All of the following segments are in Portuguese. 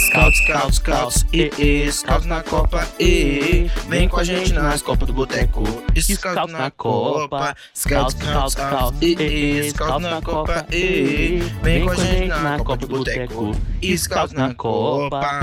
Scouts, Scouts na Copa, vem com a gente nas Copas do Boteco. Scouts na Copa, Scouts, Scouts na Copa, vem com a gente na Copa do Boteco. Scouts na Copa.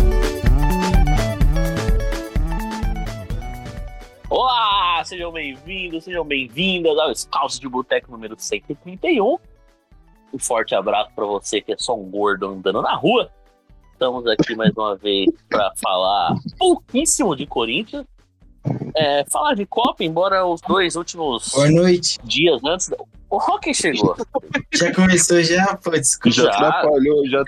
Olá, sejam bem-vindas ao Scouts de Boteco número 131. Um forte abraço para você que é só um gordo andando na rua. Estamos aqui mais uma vez para falar pouquíssimo de Corinthians. Falar de Copa, embora os dois últimos Boa noite. dias antes... O Rocky chegou. Já começou já, pô, desculpa. Já atrapalhou em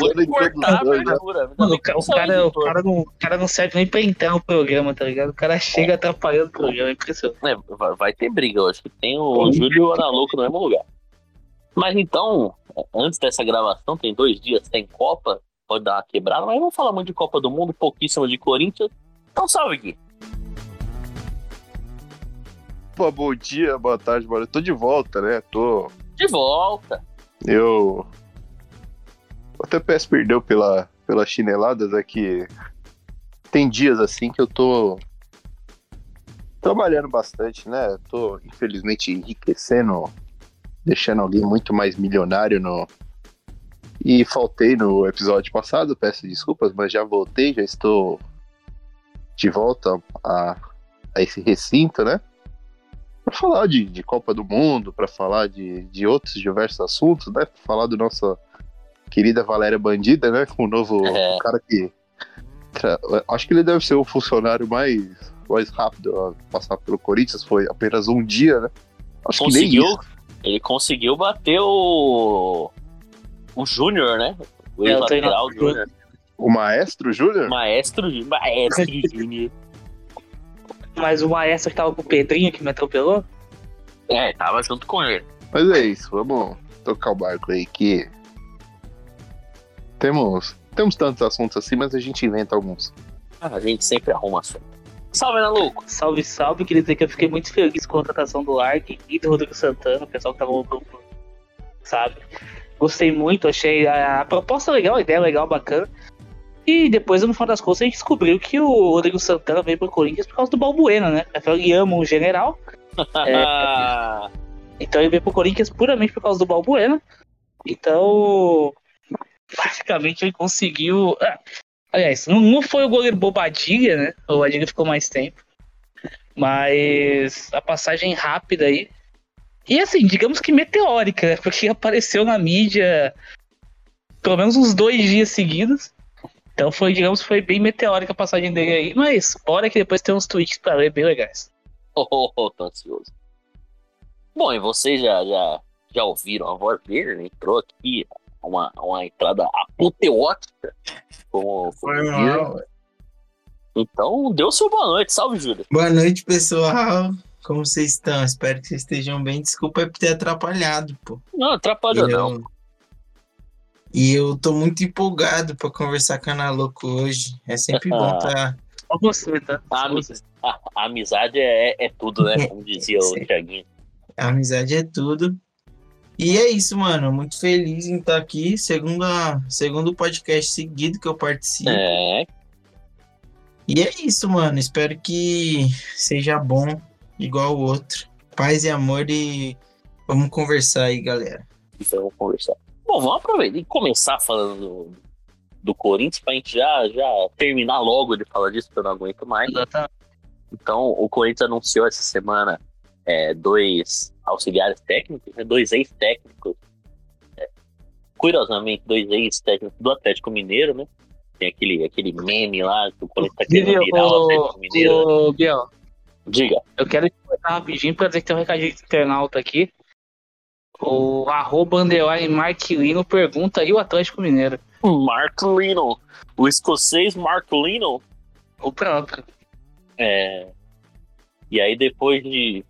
Mano, o cara não serve nem pra entrar no programa, tá ligado? O cara chega atrapalhando o programa, é impressionante. Vai ter briga hoje, que tem o Júlio e o Ana Louco no mesmo lugar. Mas então, antes dessa gravação, tem 2 dias, tem Copa, pode dar uma quebrada, mas vamos falar muito de Copa do Mundo, pouquíssimo de Corinthians. Então salve aqui. Pô, bom dia, boa tarde, boa noite. Tô de volta, né? De volta. Eu até peço perdão pelas chineladas, é que tem dias assim que eu tô trabalhando bastante, né? Tô, infelizmente, enriquecendo, deixando alguém muito mais milionário E faltei no episódio passado, peço desculpas, mas já voltei, já estou de volta a esse recinto, né? Para falar de Copa do Mundo, para falar de outros diversos assuntos, né? Pra falar do nossa querida Valéria Bandida, né? O novo o cara que... Acho que ele deve ser o funcionário mais rápido a passar pelo Corinthians, foi apenas um dia, né? Acho conseguiu, que nem isso. Ele conseguiu bater o Júnior, né? O ex-lateral Júnior. O Maestro Júnior? Maestro Júnior. Mas o maestro que tava com o Pedrinho que me atropelou? Tava junto com ele. Mas é isso, vamos tocar o barco aí, que temos tantos assuntos assim, mas a gente inventa alguns. A gente sempre arruma assunto. Salve, Ana Louco! Salve, salve, queria dizer que eu fiquei muito feliz com a contratação do Largue e do Rodrigo Santana, o pessoal que tava no grupo, sabe? Gostei muito, achei a proposta legal, a ideia legal, bacana. E depois, no final das contas, a gente descobriu que o Rodrigo Santana veio pro Corinthians por causa do Balbuena, né? Ele ama o general. Então ele veio pro Corinthians puramente por causa do Balbuena. Então, basicamente, ele conseguiu... Aliás, não foi o goleiro Bobadilha, né? O Bobadilha ficou mais tempo. Mas a passagem rápida aí. E assim, digamos que meteórica, né? Porque apareceu na mídia pelo menos uns 2 dias seguidos. Então foi bem meteórica a passagem dele aí, mas bora que depois tem uns tweets pra ler bem legais. Tô ansioso. Bom, e vocês já ouviram a voz dele? Ele entrou aqui, uma entrada apoteótica, como mal. Então, deu seu boa noite. Salve, Júlio. Boa noite, pessoal. Como vocês estão? Espero que vocês estejam bem. Desculpa por ter atrapalhado, pô. Não, atrapalhou não. E eu tô muito empolgado pra conversar com a Ana Louco hoje. É sempre bom tá... Só você, tá? A amizade é tudo, né? Como dizia o Thiaguinho. A amizade é tudo. E é isso, mano. Muito feliz em estar aqui. Segundo podcast seguido que eu participo. E é isso, mano. Espero que seja bom, igual o outro. Paz e amor e vamos conversar aí, galera. Então vamos conversar. Bom, vamos aproveitar e começar falando do Corinthians pra gente já terminar logo de falar disso, porque eu não aguento mais. Então, o Corinthians anunciou essa semana 2 auxiliares técnicos, 2 ex-técnicos. Curiosamente, 2 ex-técnicos do Atlético Mineiro, né? Tem aquele meme lá que o Corinthians tá querendo virar o Atlético Mineiro. Né? Biel, diga. Eu quero te contar rapidinho pra dizer que tem um recadinho de internauta aqui. O @Marquilino pergunta, e o Atlético Mineiro? Marquilino, o escocês Marquilino? O próprio. E aí depois de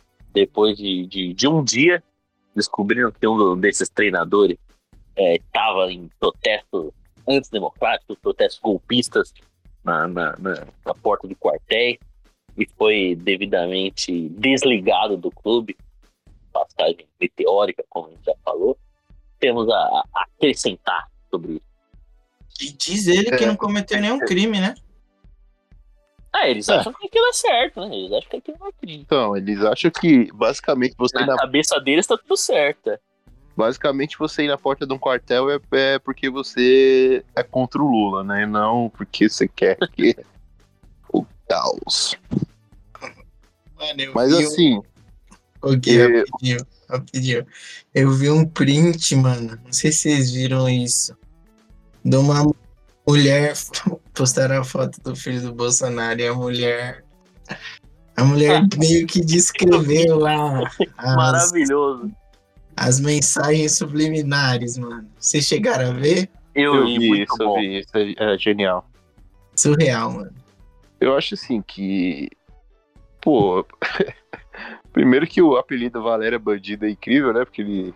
um dia, descobriram que um desses treinadores estava em protestos antidemocráticos, protestos golpistas na porta de quartéis e foi devidamente desligado do clube. Passagem meteórica, como a gente já falou. Temos a acrescentar E diz ele que não cometeu nenhum crime, né? Eles acham que aquilo é certo, né? Eles acham que aquilo não é crime. Então, eles acham que basicamente Na cabeça deles tá tudo certo. basicamente você ir na porta de um quartel é porque você é contra o Lula, né? E não porque você quer que o caos. Mano, eu Mas vi assim, rapidinho. Eu vi um print, mano. Não sei se vocês viram isso. De uma mulher postaram a foto do filho do Bolsonaro e a mulher meio que descreveu lá Maravilhoso. as mensagens subliminares, mano. Vocês chegaram a ver? Eu vi muito isso, bom. eu vi isso, é genial. Surreal, mano. Eu acho assim que, pô, primeiro que o apelido Valéria Bandido é incrível, né? Porque ele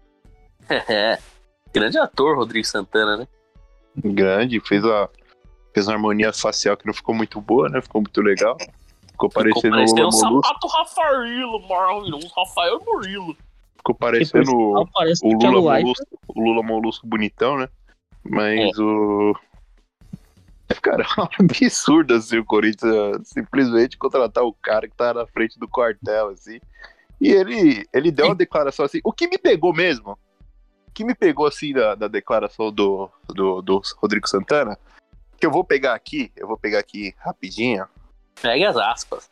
Grande ator, Rodrigo Santana, né? é grande, fez uma harmonia facial que não ficou muito boa, né? Ficou muito legal. Ficou parecendo o Lula um Molusco. sapato Rafaelo, maravilhoso. Rafael Murilo. Ficou parecendo Parece o o Thiago Lula Leifert. Molusco, o Lula Molusco bonitão, né? Mas o... Cara, é um absurdo, assim, o Corinthians simplesmente contratar o cara que tá na frente do quartel, assim. E ele deu uma declaração assim. O que me pegou mesmo, assim, da declaração do Rodrigo Santana, que eu vou pegar aqui rapidinho. Pega as aspas.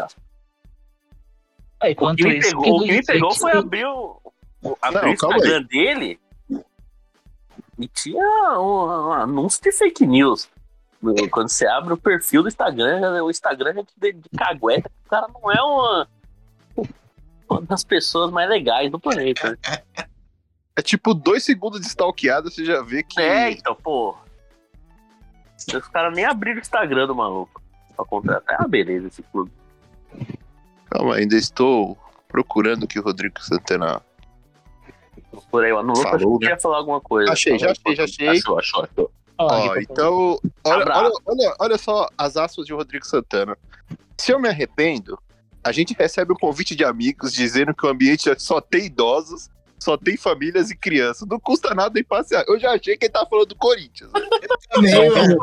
O O que me pegou foi abrir o Instagram dele e tinha um anúncio de fake news. Quando você abre o perfil do Instagram, o Instagram é de cagueta, que o cara não é uma das pessoas mais legais do planeta. Né? É tipo 2 segundos de stalkeada, você já vê que... Então, pô. Os caras nem abriram o Instagram do maluco pra contratar. Beleza, esse clube. Calma, ainda estou procurando o que o Rodrigo Santana Por aí, eu não falou, acho que eu né? queria falar alguma coisa. Achei. Achou. Ó, então, olha só as aspas de Rodrigo Santana. Se eu me arrependo, a gente recebe um convite de amigos dizendo que o ambiente só tem idosos, só tem famílias e crianças. Não custa nada ir passear. Eu já achei que ele tava falando do Corinthians. Né? Também, mano.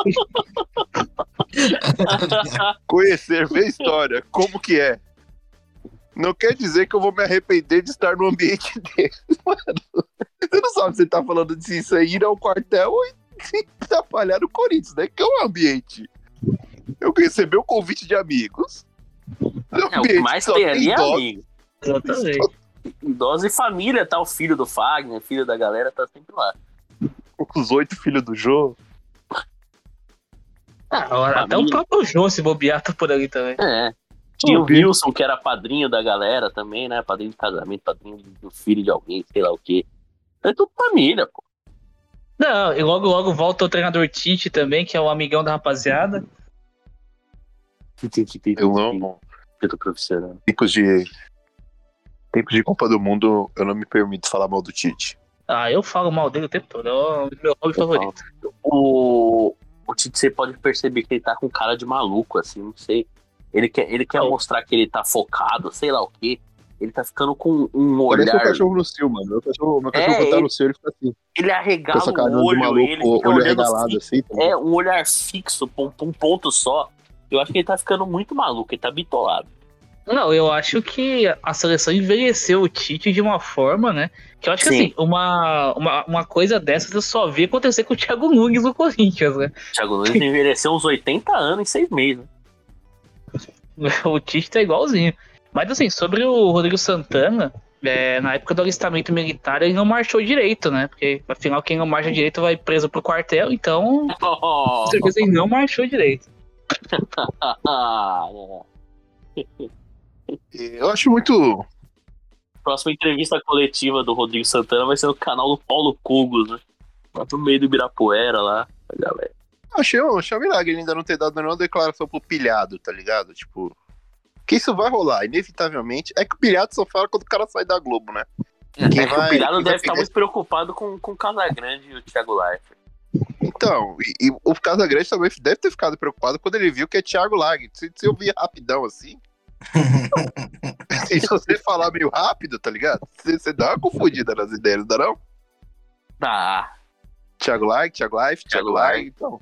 Conhecer, ver história, como que é. Não quer dizer que eu vou me arrepender de estar no ambiente dele. Mano, você não sabe se você tá falando de isso aí, ir ao quartel ou se atrapalhar no Corinthians, né? Que é um ambiente. Eu recebi um convite de amigos. O que mais tem ali é amigo. Exatamente. Idosos e família, tá? O filho do Fagner, filho da galera, tá sempre lá. Os 8 filhos do Jô. Até o próprio João, se bobear, tá por ali também. Tinha o Wilson, que era padrinho da galera também, né? Padrinho de casamento, padrinho do filho de alguém, sei lá o quê. É tudo família, pô. Não, e logo volta o treinador Tite também, que é o amigão da rapaziada. Eu amo. Eu tô profissional. Tempos de Copa do Mundo, eu não me permito falar mal do Tite. Eu falo mal dele o tempo todo, é o meu hobby favorito. O Tite, você pode perceber que ele tá com cara de maluco, assim, não sei. Ele quer mostrar que ele tá focado, sei lá o quê. Ele tá ficando com um olhar... Parece o cachorro no cio, mano. Meu cachorro quando tá no cio, ele fica assim. Ele arregala essa cara o olho, de maluco, ele fica olho olhando regalado, assim. um olhar fixo, um ponto só. Eu acho que ele tá ficando muito maluco, ele tá bitolado. Não, eu acho que a seleção envelheceu o Tite de uma forma, né? Que eu acho que assim, uma coisa dessas eu só vi acontecer com o Thiago Nunes no Corinthians, né? O Thiago Nunes envelheceu uns 80 anos em 6 meses. Né? O Tite tá igualzinho. Mas assim, sobre o Rodrigo Santana, na época do alistamento militar ele não marchou direito, né? Porque afinal quem não marcha direito vai preso pro quartel, então com certeza ele não marchou direito. Eu acho muito... Próxima entrevista coletiva do Rodrigo Santana vai ser no canal do Paulo Cogos, né? Lá no meio do Ibirapuera, lá, a galera. Achei um milagre ele ainda não ter dado nenhuma declaração pro pilhado, tá ligado? Tipo, que isso vai rolar, inevitavelmente. É que o pilhado só fala quando o cara sai da Globo, né? O pilhado deve estar muito preocupado com o Casagrande e o Thiago Leifert. Então, e o Casagrande também deve ter ficado preocupado quando ele viu que é Thiago Leifert. Se eu vir rapidão assim... se você falar meio rápido, tá ligado? Você dá uma confundida nas ideias, não dá não? Tá. Thiago Life, então.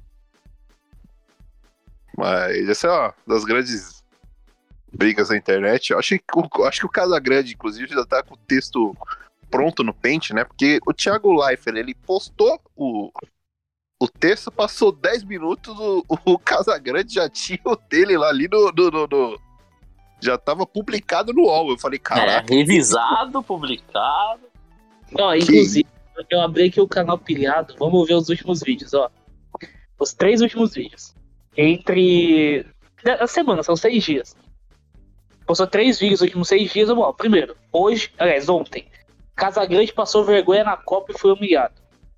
Mas essa é uma das grandes brigas na internet. Eu acho que o Casagrande, inclusive, já tá com o texto pronto no Paint, né? Porque o Thiago Leifert, ele postou o texto, passou 10 minutos, o Casagrande já tinha o dele lá ali no já tava publicado no UOL. Eu falei, caraca. Revisado, publicado. Ó, inclusive, eu abri aqui o canal Pilhado. Vamos ver os últimos vídeos, ó. Os 3 últimos vídeos. Entre a semana, são 6 dias. Postou 3 vídeos nos últimos 6 dias. Ó, primeiro, ontem, Casagrande passou vergonha na Copa e foi humilhado.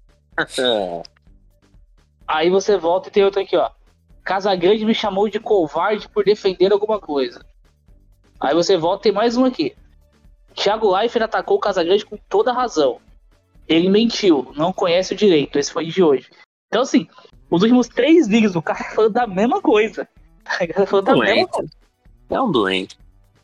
Aí você volta e tem outro aqui, ó. Casagrande me chamou de covarde por defender alguma coisa. Aí você volta e tem mais um aqui. Thiago Leifert atacou o Casagrande com toda a razão. Ele mentiu, não conhece o direito. Esse foi de hoje. Então, assim, os últimos 3 vídeos do cara falando da mesma coisa. É um doente.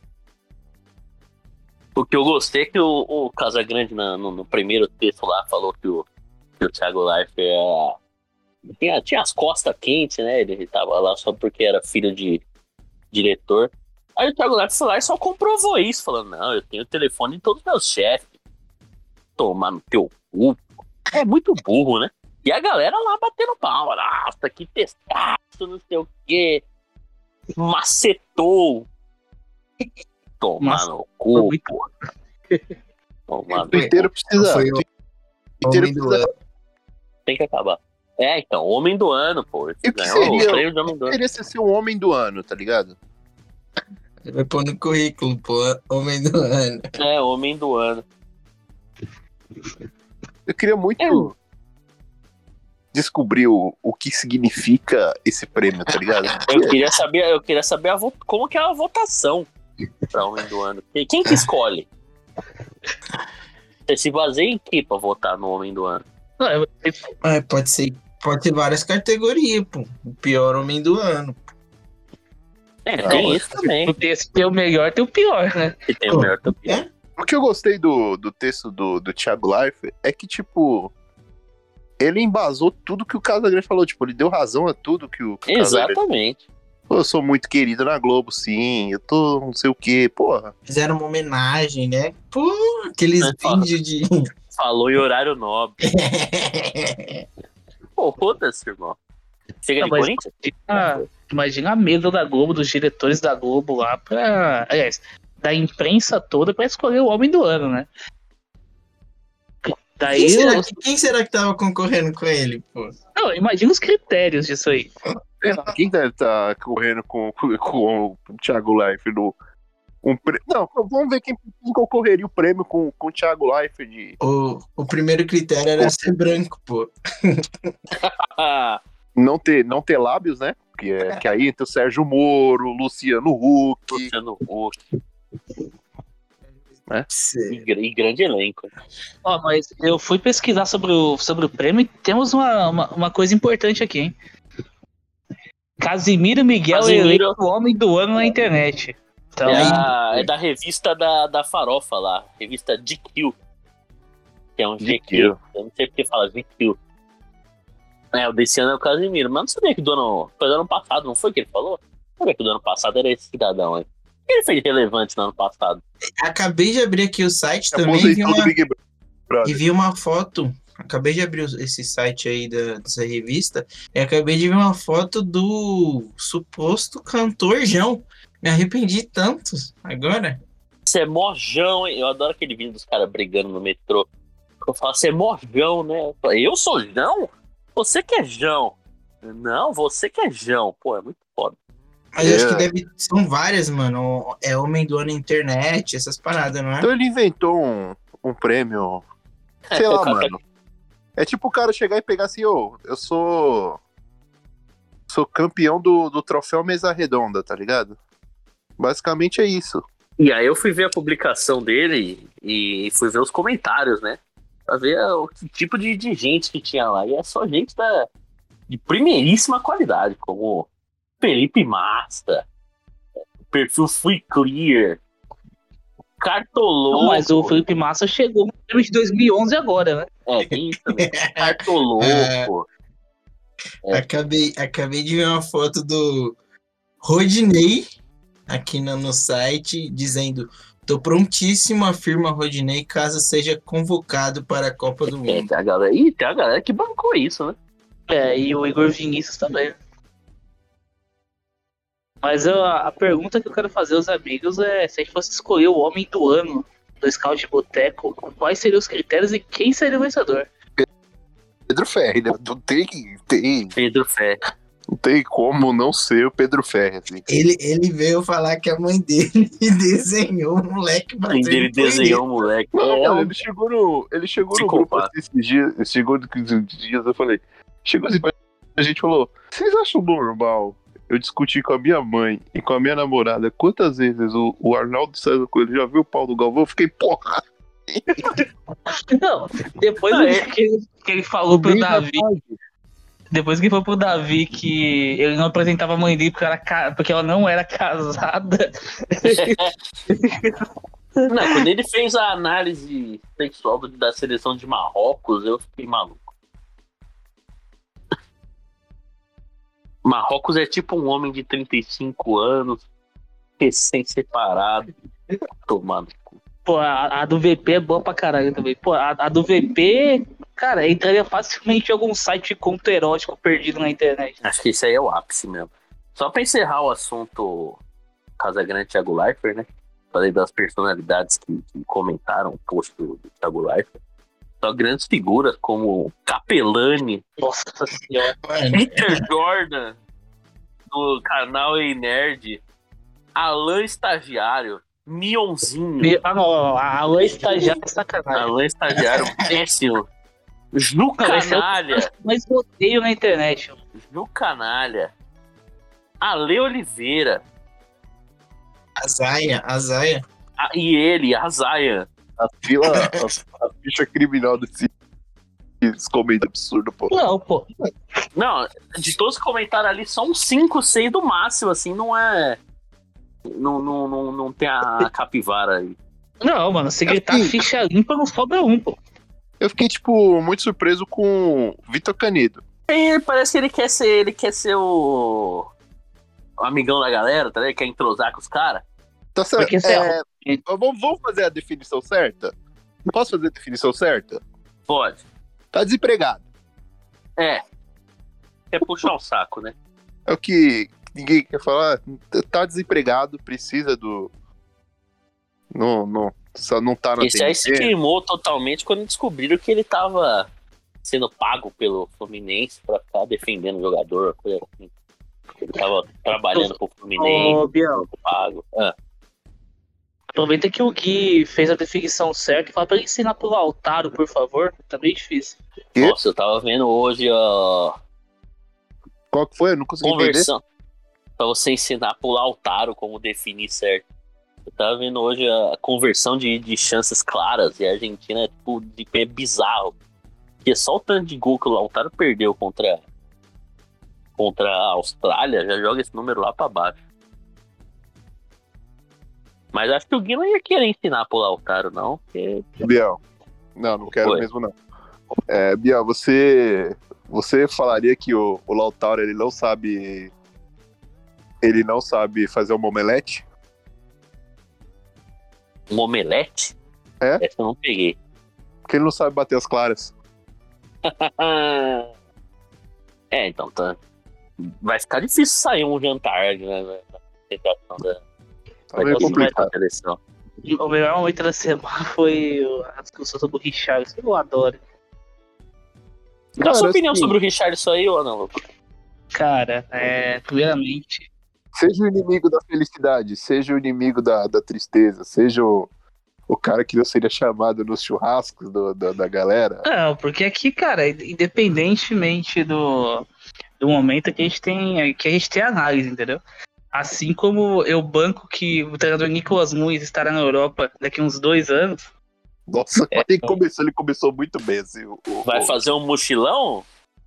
O que eu gostei é que o Casagrande no primeiro texto lá falou que o Thiago Leifert tinha as costas quentes, né? Ele tava lá só porque era filho de diretor. Aí o Thiago Leifert foi lá e só comprovou isso, falando, não, eu tenho o telefone de todos os meus chefes. Tomar no teu cu. É muito burro, né? E a galera lá batendo palma. Nossa, que testaço, não sei o quê. Macetou. Tomar no cu, porra. Tomar no cu. O inteiro precisa. Tem que acabar. Então, homem do ano, pô. E o que seria ser um homem do ano, tá ligado? Vai pôr no currículo, pô. Homem do ano. Homem do ano. Eu queria muito descobrir o que significa esse prêmio, tá ligado? Eu queria saber como que é a votação pra homem do ano. Quem que escolhe? Você se baseia em que pra votar no homem do ano? Pode ter várias categorias, pô. O pior homem do ano. Tem isso também. Se tem o melhor, tem o pior, né? Se tem o melhor, tem o pior. O que eu gostei do texto do Thiago Leifert é que, tipo, ele embasou tudo que o Casagrande falou. Tipo, ele deu razão a tudo que o Casagrande... Exatamente. Pô, eu sou muito querido na Globo, sim. Eu tô não sei o quê, porra. Fizeram uma homenagem, né? Pô, aqueles vídeos de... Falou em horário nobre. Pô, foda-se, irmão. Chega de Corinthians? Imagina a mesa da Globo, dos diretores da Globo lá aliás, da imprensa toda pra escolher o homem do ano, né? Daí quem será que tava concorrendo com ele, pô? Não, imagina os critérios disso aí. Quem deve estar correndo com o Thiago Leifert no... Não, vamos ver quem concorreria o prêmio com o Thiago Leifert. O primeiro critério era ser branco, pô. Não ter lábios, né? Que aí entra o Sérgio Moro, Luciano Huck. E grande elenco. Mas eu fui pesquisar sobre o prêmio e temos uma coisa importante aqui, hein? Casimiro Miguel é eleito o homem do ano na internet. Então, é da revista da Farofa lá, revista GQ. Que é um GQ. Eu não sei porque fala GQ. O desse ano é o Casimiro, mas não sabia que foi do ano passado, não foi que ele falou? Não sabia que do ano passado era esse cidadão aí. O que ele fez relevante no ano passado? Acabei de abrir aqui o site também e vi uma foto. Acabei de abrir esse site aí dessa revista e acabei de ver uma foto do suposto cantor João. Me arrependi tanto agora. Você é mojão, hein? Eu adoro aquele vídeo dos caras brigando no metrô. Eu falo, você é mojão, né? Eu sou João? Você que é João. Não, você que é João. Pô, é muito foda. Mas eu acho que são várias, mano. É homem do ano internet, essas paradas, não é? Então ele inventou um prêmio. Sei lá, mano. É tipo o cara chegar e pegar assim, eu sou campeão do troféu Mesa Redonda, tá ligado? Basicamente é isso. E aí eu fui ver a publicação dele e fui ver os comentários, né? Pra ver o tipo de gente que tinha lá. E é só gente de primeiríssima qualidade, como Felipe Massa, o perfil Free Clear, Cartoloco. Não, mas o Felipe Massa chegou no prêmio de 2011 agora, né? Tem isso também. Cartoloco. Acabei de ver uma foto do Rodinei aqui no site dizendo: tô prontíssimo, afirma Rodinei, caso seja convocado para a Copa do Mundo. Tem a galera que bancou isso, né? E o Igor Vinícius também. Mas a pergunta que eu quero fazer aos amigos é: se a gente fosse escolher o homem do ano do Scout de Boteco, quais seriam os critérios e quem seria o vencedor? Pedro Ferri, né? Não tem Pedro Ferri. Não tem como não ser o Pedro Ferri, assim. Ele veio falar que a mãe dele desenhou um moleque pra ser Ele desenhou o moleque. Não, mano, ele chegou no grupo assim, esses dias, eu falei, chegou assim pra gente e falou: vocês acham normal eu discutir com a minha mãe e com a minha namorada quantas vezes o Arnaldo César Coelho já viu o pau do Galvão? Eu fiquei, porra! Não, depois que ele falou pro Davi. Depois que foi pro Davi que ele não apresentava a mãe dele porque ela não era casada. Não, quando ele fez a análise sexual da seleção de Marrocos, eu fiquei maluco. Marrocos é tipo um homem de 35 anos, recém-separado, tomando cu. Pô, a do VP é boa pra caralho também. Pô, a do VP, cara, entraria facilmente em algum site de conto erótico perdido na internet. Acho que isso aí é o ápice mesmo. Só pra encerrar o assunto Casagrande e Thiago Leifert, né? Falei das personalidades que comentaram o post do Thiago Leifert. Só grandes figuras como Capelani, Nossa senhora. Peter Jordan, do canal Ei Nerd, Alan Estagiário, Mionzinho. Não, a Alan Estagiário é sacanagem. Alan Estagiário, péssimo. Ju Canalha. Mas eu odeio na internet. Ju Canalha. Ale Oliveira. A Zaia. E ele, a Zaya. A ficha criminal desse comentário absurdo, pô. Não, pô. Não, de todos os comentários ali, só uns 5, 6 do máximo, assim, não é. Não tem a capivara aí. Não, mano, se gritar ficha limpa, não sobra um, pô. Eu fiquei, tipo, muito surpreso com o Vitor Canedo. Parece que ele quer ser o amigão da galera, tá ligado? Quer entrosar com os caras. Tá certo. Porque Vamos fazer a definição certa? Posso fazer a definição certa? Pode. Tá desempregado. Quer puxar o saco, né? É o que ninguém quer falar. Tá desempregado, precisa do... Só não tá na Esse aí se queimou totalmente quando descobriram que ele tava sendo pago pelo Fluminense pra ficar defendendo o jogador, coisa assim. Ele tava trabalhando pro Fluminense, Biel, pago. aproveita que o Gui fez a definição certa e fala pra ele ensinar pro Lautaro, por favor. Tá bem difícil. Quê? Nossa, eu tava vendo hoje a Qual que foi? Eu não consegui conversão pra você ensinar pro Lautaro como definir certo. Eu tava vendo hoje a conversão de chances claras e a Argentina é bizarro. Porque só o tanto de gol que o Lautaro perdeu contra a Austrália já joga esse número lá pra baixo. Mas acho que o Gui não ia querer ensinar pro Lautaro, não. Porque... Biel. Não quero mesmo, não. Biel, você falaria que o Lautaro ele não sabe fazer uma omelete? Um omelete? É? Essa eu não peguei. Porque ele não sabe bater as claras. Então tá. Vai ficar difícil sair um jantar, né? Na situação da. Tá meio complicado. Seleção. O melhor momento da semana foi a discussão sobre o Richard. Eu adoro. Dá sua opinião sobre o Richarlison aí ou não, Lucas? Cara, primeiramente. Seja o inimigo da felicidade, seja o inimigo da tristeza, seja o cara que não seria chamado nos churrascos da galera. Não, porque aqui, cara, independentemente do momento que a gente tem análise, entendeu? Assim como eu banco que o treinador Nicolas Nunes estará na Europa daqui uns 2 anos. Nossa, ele começou muito bem, assim. Vai fazer um mochilão?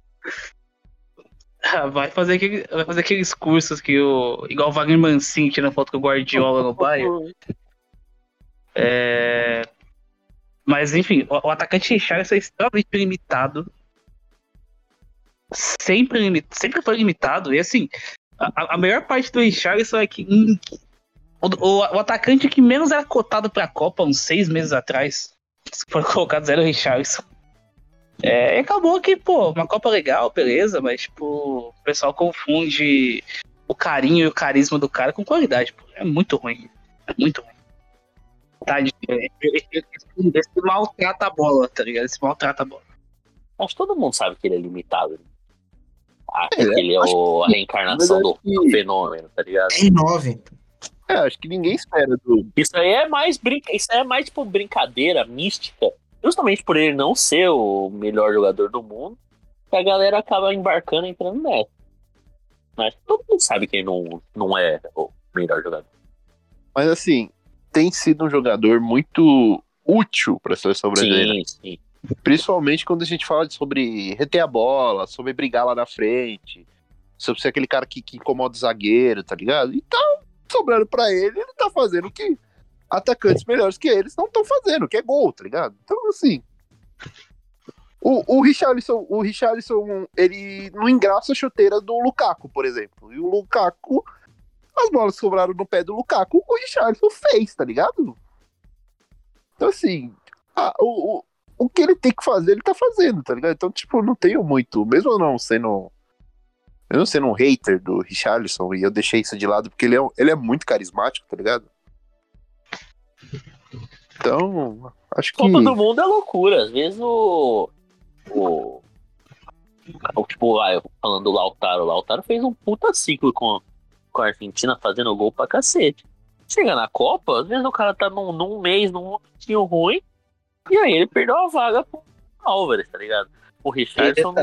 Vai fazer aqueles cursos que igual o Wagner Mancini tirando foto com o Guardiola no bairro. Mas, enfim, o atacante Richarlison é extremamente limitado. Sempre foi limitado. E, assim, a melhor parte do Richarlison é que o atacante que menos era cotado pra Copa, uns 6 meses atrás, que foi colocado era o Richarlison. E acabou que, pô, uma Copa legal, beleza, mas, tipo, o pessoal confunde o carinho e o carisma do cara com qualidade, pô. É muito ruim. É muito ruim. Esse maltrata a bola, tá ligado? Esse maltrata a bola. Acho que todo mundo sabe que ele é limitado. É, Que ele é a reencarnação mas do acho que- fenômeno, tá ligado? É 9. acho que ninguém espera do. Isso aí é mais tipo brincadeira mística. Justamente por ele não ser o melhor jogador do mundo, que a galera acaba embarcando e entrando nessa. Mas todo mundo sabe que ele não é o melhor jogador. Mas assim, tem sido um jogador muito útil para a seleção brasileira. Sim. Principalmente quando a gente fala sobre reter a bola, sobre brigar lá na frente, sobre ser aquele cara que incomoda o zagueiro, tá ligado? E tá sobrando pra ele tá fazendo o que atacantes melhores que eles não estão fazendo, que é gol, tá ligado? Então, assim, o Richarlison, ele não engraça a chuteira do Lukaku, por exemplo. E o Lukaku, as bolas sobraram no pé do Lukaku, o Richarlison fez, tá ligado? Então, assim, o que ele tem que fazer, ele tá fazendo, tá ligado? Então, tipo, eu não tenho muito, mesmo eu não sendo um hater do Richarlison, e eu deixei isso de lado porque ele é muito carismático, tá ligado? Então, acho que... Copa do Mundo é loucura. Às vezes tipo, falando do Lautaro. O Lautaro fez um puta ciclo com a Argentina, fazendo gol pra cacete. Chega na Copa, às vezes o cara tá num mês, num momentinho ruim, e aí ele perdeu a vaga pro Álvares, tá ligado? O Richarlison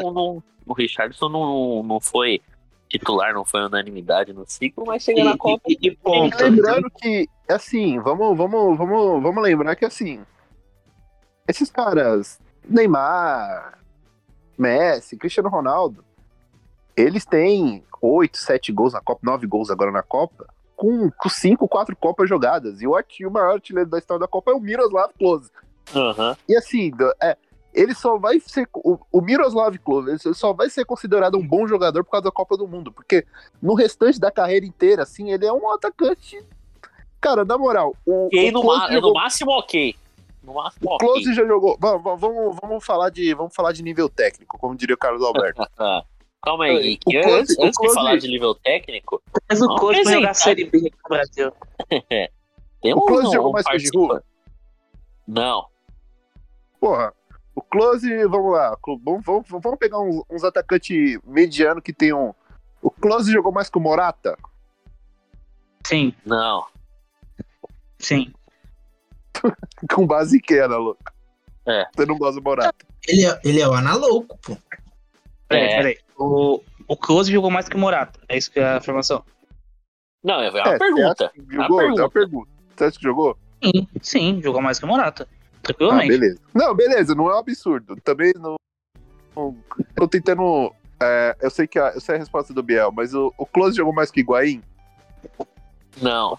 não foi titular, não foi unanimidade no ciclo, mas chega na Copa e ponto. Lembrando que, assim, vamos lembrar que, assim, esses caras, Neymar, Messi, Cristiano Ronaldo, eles têm 8, 7 gols na Copa, 9 gols agora na Copa, com 5, 4 Copas jogadas. E o maior artilheiro da história da Copa é o Miroslav Klose. Uhum. E assim, ele só vai ser. O Miroslav Klose, ele só vai ser considerado um bom jogador por causa da Copa do Mundo. Porque no restante da carreira inteira, assim, ele é um atacante. Cara, na moral. No máximo, ok. No máximo, o Klose já jogou. Vamos falar de nível técnico, como diria o Carlos Alberto. Calma aí, O Klose, antes de falar de nível técnico. Mas o Klose vai jogar Série B aqui no Brasil. O Klose jogou mais que o Giroud? Não. Porra, o Klose, vamos lá. Vamos pegar uns atacantes medianos que tenham. O Klose jogou mais que o Morata? Sim. Não. Sim. Com base em que, Ana, louco? É. Você não gosta do Morata? Ele é o analouco, pô. Peraí. O Klose jogou mais que o Morata. É isso que é a informação? Não, é uma pergunta. É uma pergunta. Você acha que jogou? Sim, jogou mais que o Morata. Tranquilamente. Beleza. Não, beleza, não é um absurdo. Também não tô tentando. Eu sei a resposta do Biel, mas o Klose jogou mais que o Higuaín? Não.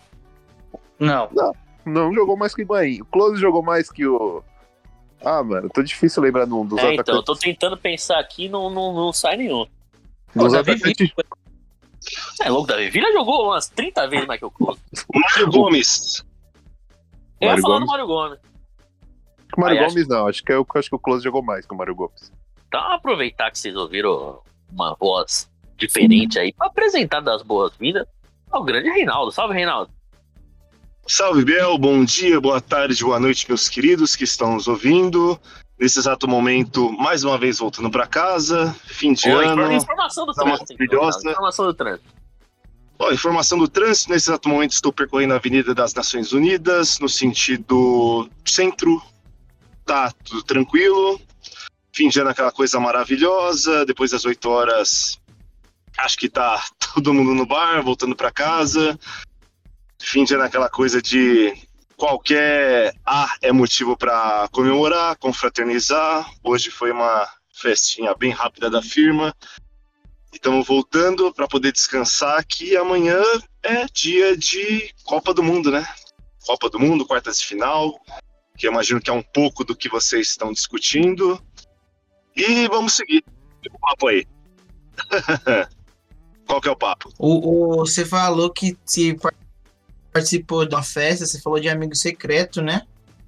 Não jogou mais que o Higuaín. O Klose jogou mais que o. Mano, tô difícil lembrar dos atacantes. Então, eu tô tentando pensar aqui, não sai nenhum. Dos Davi atacantes. É louco, Davi Villa jogou umas 30 vezes mais que o Klose. Mário Gomes. Eu ia Mário falar Gomes. do Mário Gomes. O Mário Aí, Gomes não, acho que o Klose jogou mais que o Mário Gomes. Então, aproveitar que vocês ouviram uma voz diferente aí pra apresentar das boas-vindas ao grande Reinaldo. Salve, Reinaldo. Salve, Biel. Bom dia, boa tarde, boa noite, meus queridos que estão nos ouvindo. Nesse exato momento, mais uma vez voltando para casa, fim de ano. Informação do trânsito. Maravilhosa. Informação do trânsito. Bom, informação do trânsito. Nesse exato momento, estou percorrendo a Avenida das Nações Unidas, no sentido centro. Tá tudo tranquilo. Fim de ano, aquela coisa maravilhosa. Depois das 8 horas, acho que tá todo mundo no bar, voltando para casa. Fim de ano, aquela coisa de qualquer é motivo para comemorar, confraternizar. Hoje foi uma festinha bem rápida da firma. E estamos voltando para poder descansar, que amanhã é dia de Copa do Mundo, né? Copa do Mundo, quartas de final. que eu imagino que é um pouco do que vocês estão discutindo. E vamos seguir o papo aí. Qual que é o papo? Você falou que se participou de uma festa, você falou de amigo secreto, né?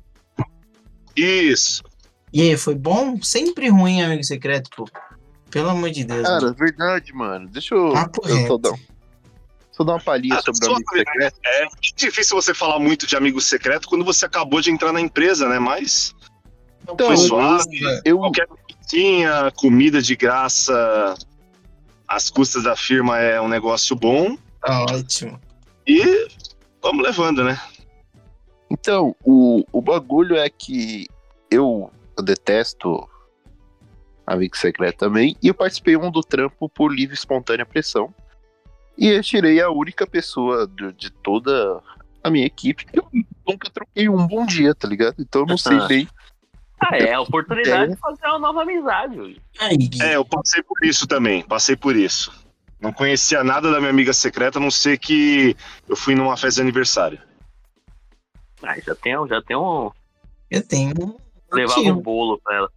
Isso. E aí, foi bom? Sempre ruim amigo secreto, pô. Pelo amor de Deus. Cara, mano. verdade, mano. Deixa eu só dar uma palhinha sobre o amigo secreto. É difícil você falar muito de amigo secreto quando você acabou de entrar na empresa, né? Mas Então, foi suave. eu, Qualquer coisinha, comida de graça, às custas da firma é um negócio bom. Tá ótimo. E vamos levando, né? Então, o bagulho é que eu detesto amigo secreto também, e eu participei do trampo por livre e espontânea pressão, e eu tirei a única pessoa de toda a minha equipe que eu nunca troquei um bom dia, tá ligado? Então eu não sei bem. É a oportunidade de fazer uma nova amizade. Ui. Aí, Eu passei por isso também, Não conhecia nada da minha amiga secreta, a não ser que eu fui numa festa de aniversário. Já tem um. eu tenho. Levava um bolo pra ela.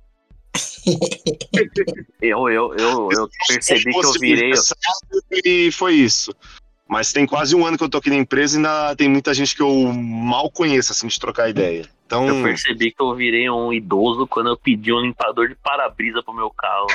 eu percebi que eu virei. E foi isso. Mas tem quase um ano que eu tô aqui na empresa e ainda tem muita gente que eu mal conheço, assim, de trocar ideia. Então, Eu percebi que eu virei um idoso quando eu pedi um limpador de para-brisa pro meu carro.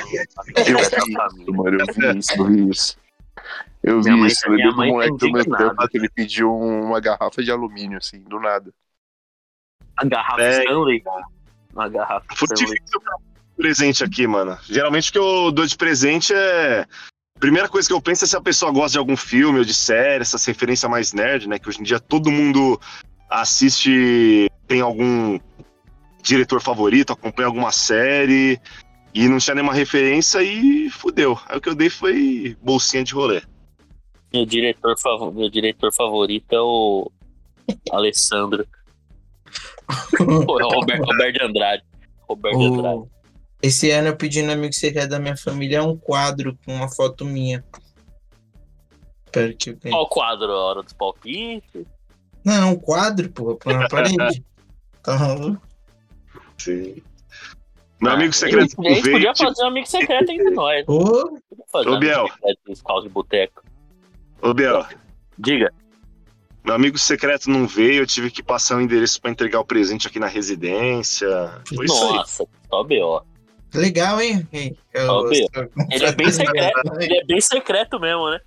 Eu vi isso. Eu Minha vi mãe- isso. Eu minha lembro do mãe moleque tá do meu indignada. trampo que ele pediu uma garrafa de alumínio, assim, do nada. A garrafa É. Stanley. Uma garrafa foi Stanley. difícil dar presente aqui, mano. Geralmente o que eu dou de presente é... A primeira coisa que eu penso é se a pessoa gosta de algum filme ou de série, essas referências mais nerd, né? Que hoje em dia todo mundo assiste, tem algum diretor favorito, acompanha alguma série e não tinha nenhuma referência e fudeu. Aí o que eu dei foi bolsinha de rolê. Meu diretor favorito é o Alessandro. Pô, é o Roberto de Andrade. Roberto de Andrade. Esse ano eu pedi no amigo secreto da minha família um quadro com uma foto minha. Espero que eu ganhe. Qual quadro? A hora dos palpites? Não, um quadro, pô, na parede. Tá maluco? Sim. Meu amigo secreto A gente veio. podia fazer um amigo secreto entre nós. Ô, Podia fazer Ô, um amigo Biel. secreto nos calços de boteco. Ô, Biel, Diga. meu amigo secreto não veio, eu tive que passar o endereço pra entregar o presente aqui na residência. Foi isso aí. Nossa, só B.O. legal, hein? Ó, Bia, Ele é bem secreto. Ele é bem secreto mesmo, né?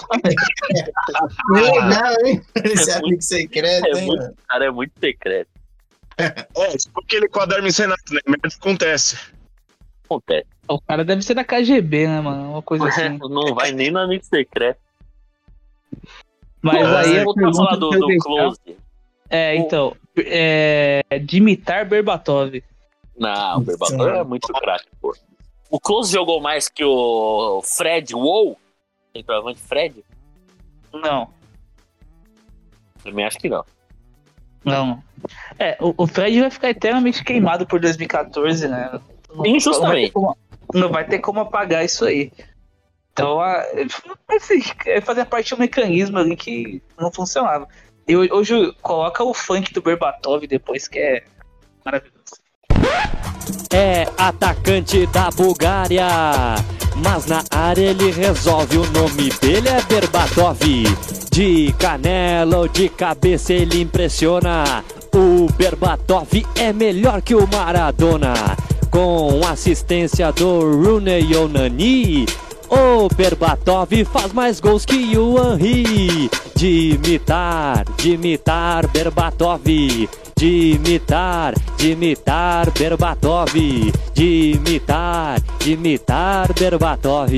Legal, hein? Esse É amigo secreto, é hein, muito- mano? O cara é muito secreto. Tipo aquele quadro Hermes Renato, né? Merda acontece. Acontece. O cara deve ser da KGB, né, mano? Uma coisa assim. Não vai nem no amigo secreto. Mas Pô, aí a vou falar pergunta do que eu deixar- Close. então, Dimitar Berbatov. Não, o Berbatov é muito craque, pô. O Close jogou mais que o Fred WoW? Centroavante Fred? Não, Também acho que não. não. O Fred vai ficar eternamente queimado por 2014, né? Injustamente. Não vai ter como apagar isso aí. Então, fazia parte de um mecanismo ali que não funcionava. E hoje coloca o funk do Berbatov depois, que é maravilhoso. É atacante da Bulgária, mas na área ele resolve. O nome dele é Berbatov. De canela ou de cabeça ele impressiona. O Berbatov é melhor que o Maradona. Com assistência do Rooney ou Nani, o Berbatov faz mais gols que o Henry. Dimitar Berbatov. Dimitar Berbatov. Dimitar Berbatov.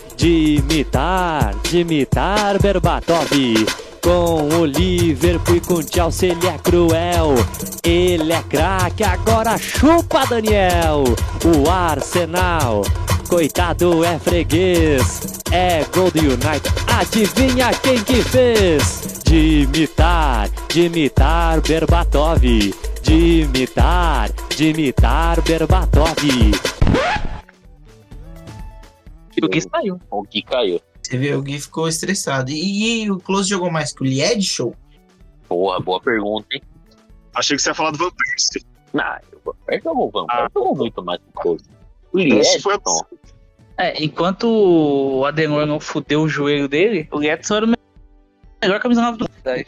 Dimitar Berbatov. Com o Liverpool e com o Chelsea ele é cruel. Ele é craque, agora chupa Daniel. O Arsenal, coitado, é freguês. É gol do United, adivinha quem que fez? Dimitar Berbatov. Dimitar Berbatov. O que saiu? O Gui caiu. Você vê, o Gui ficou estressado. E o Close jogou mais que o Lied Show? Porra, boa pergunta, hein? Achei que você ia falar do Van Persie. Não, o Van Persie jogou muito mais que o Close. O Esse foi Liedson, Enquanto o Adenor não fudeu o joelho dele, o Liedson era o melhor camisa 9 do mundo.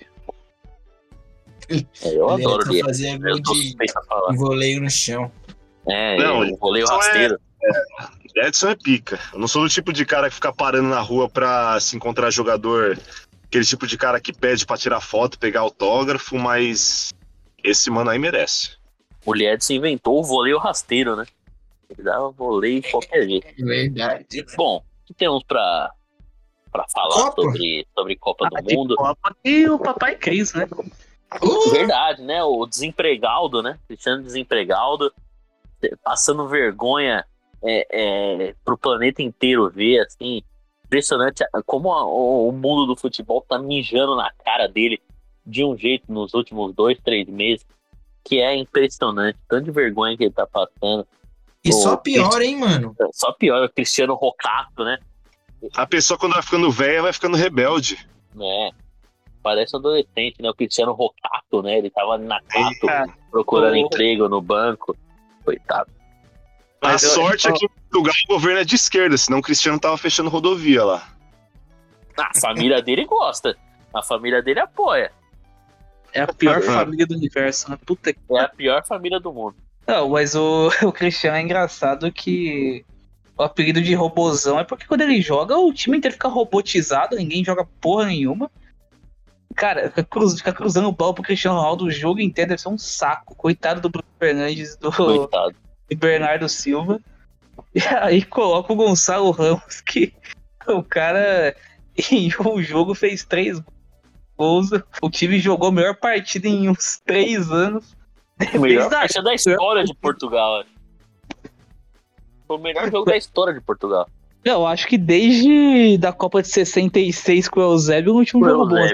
eu adoro o Liedson. Fazia gol Eu tô de suspeito a falar. voleio no chão. Não, Eu voleio Liedson rasteiro. Edson é pica. Eu não sou do tipo de cara que fica parando na rua pra se encontrar jogador. Aquele tipo de cara que pede pra tirar foto, pegar autógrafo, mas esse mano aí merece. O Liedson inventou o voleio rasteiro, né? Ele dava voleio de qualquer jeito. Verdade. Bom, o que temos pra falar Copa? sobre Copa do De Mundo? Copa e o papai Cris, né? Verdade, né? O desempregado, né? Cristiano desempregado, passando vergonha pro planeta inteiro ver, assim. Impressionante como o mundo do futebol tá mijando na cara dele de um jeito nos últimos 2-3 meses, que é impressionante. Tanto de vergonha que ele tá passando. E só pior, hein, mano? Só pior, o Cristiano Rocato, né? A pessoa, quando vai ficando velha, vai ficando rebelde. Parece um adolescente, né? O Cristiano Rocato, né? Ele tava na Cato procurando emprego no banco. Coitado. A sorte é que em Portugal o governo é de esquerda, senão o Cristiano tava fechando rodovia lá. A família dele gosta. A família dele apoia. É a pior família do universo, né? Puta que... É a pior família do mundo. Não, mas o Cristiano é engraçado que o apelido de robozão é porque quando ele joga, o time inteiro fica robotizado, ninguém joga porra nenhuma. Cara, ficar cruzando o bola pro Cristiano Ronaldo o jogo inteiro deve ser um saco. Coitado do Bruno Fernandes Coitado. e Bernardo Silva. E aí coloca o Gonçalo Ramos, que o cara em um jogo fez 3 gols. O time jogou a melhor partida em uns 3 anos. O melhor faixa da história de Portugal, acho. Foi o melhor jogo da história de Portugal. Eu acho que desde da Copa de 66 com o Eusébio, o último jogo bom.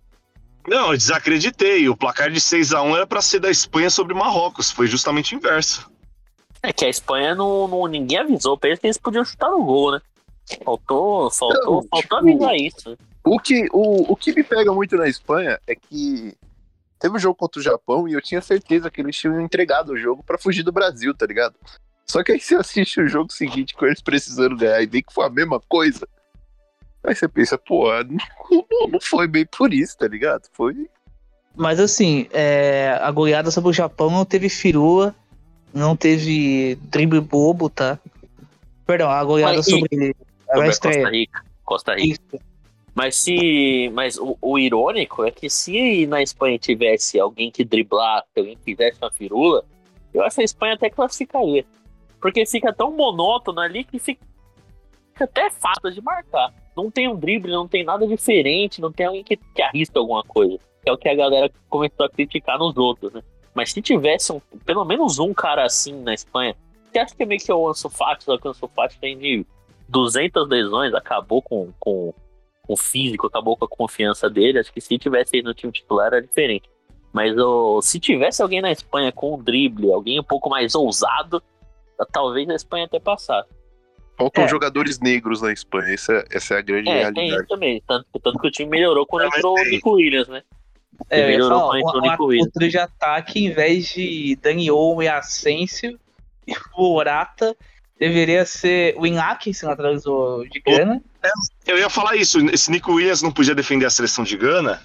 Não, eu desacreditei. O placar de 6-1 era pra ser da Espanha sobre Marrocos. Foi justamente o inverso. É que a Espanha ninguém avisou pra eles que eles podiam chutar no gol, né? Faltou avisar isso. O que me pega muito na Espanha é que teve um jogo contra o Japão e eu tinha certeza que eles tinham entregado o jogo pra fugir do Brasil, tá ligado? Só que aí você assiste o jogo seguinte com eles precisando ganhar e vê que foi a mesma coisa. Aí você pensa, pô, não foi bem por isso, tá ligado? Foi. Mas assim, a goleada sobre o Japão não teve firula, não teve drible bobo, tá? Perdão, a goleada sobre a estreia. Costa Rica. Isso. Mas o irônico é que se na Espanha tivesse alguém que driblasse, alguém que fizesse uma firula, eu acho que a Espanha até classificaria. Porque fica tão monótono ali que fica até fácil de marcar. Não tem um drible, não tem nada diferente, não tem alguém que arrisca alguma coisa. É o que a galera começou a criticar nos outros, né? Mas se tivesse pelo menos um cara assim na Espanha, você acha que é meio que o Ansu Fati, só que o Ansu Fati tem de 200 lesões, acabou com o físico, acabou com a confiança dele. Acho que se tivesse aí no time titular era diferente. Mas se tivesse alguém na Espanha com um drible, alguém um pouco mais ousado, talvez a Espanha até passasse. Faltam jogadores negros na Espanha, essa é a grande realidade. Tem isso também, tanto que o time melhorou quando entrou o Nico Williams, né? Melhorou quando entrou o Nico Williams. Outro de ataque, em vez de Dani Olmo e Asensio, e o Morata, deveria ser o Iñaki, se naturalizou de Gana. Eu ia falar isso, esse Nico Williams não podia defender a seleção de Gana?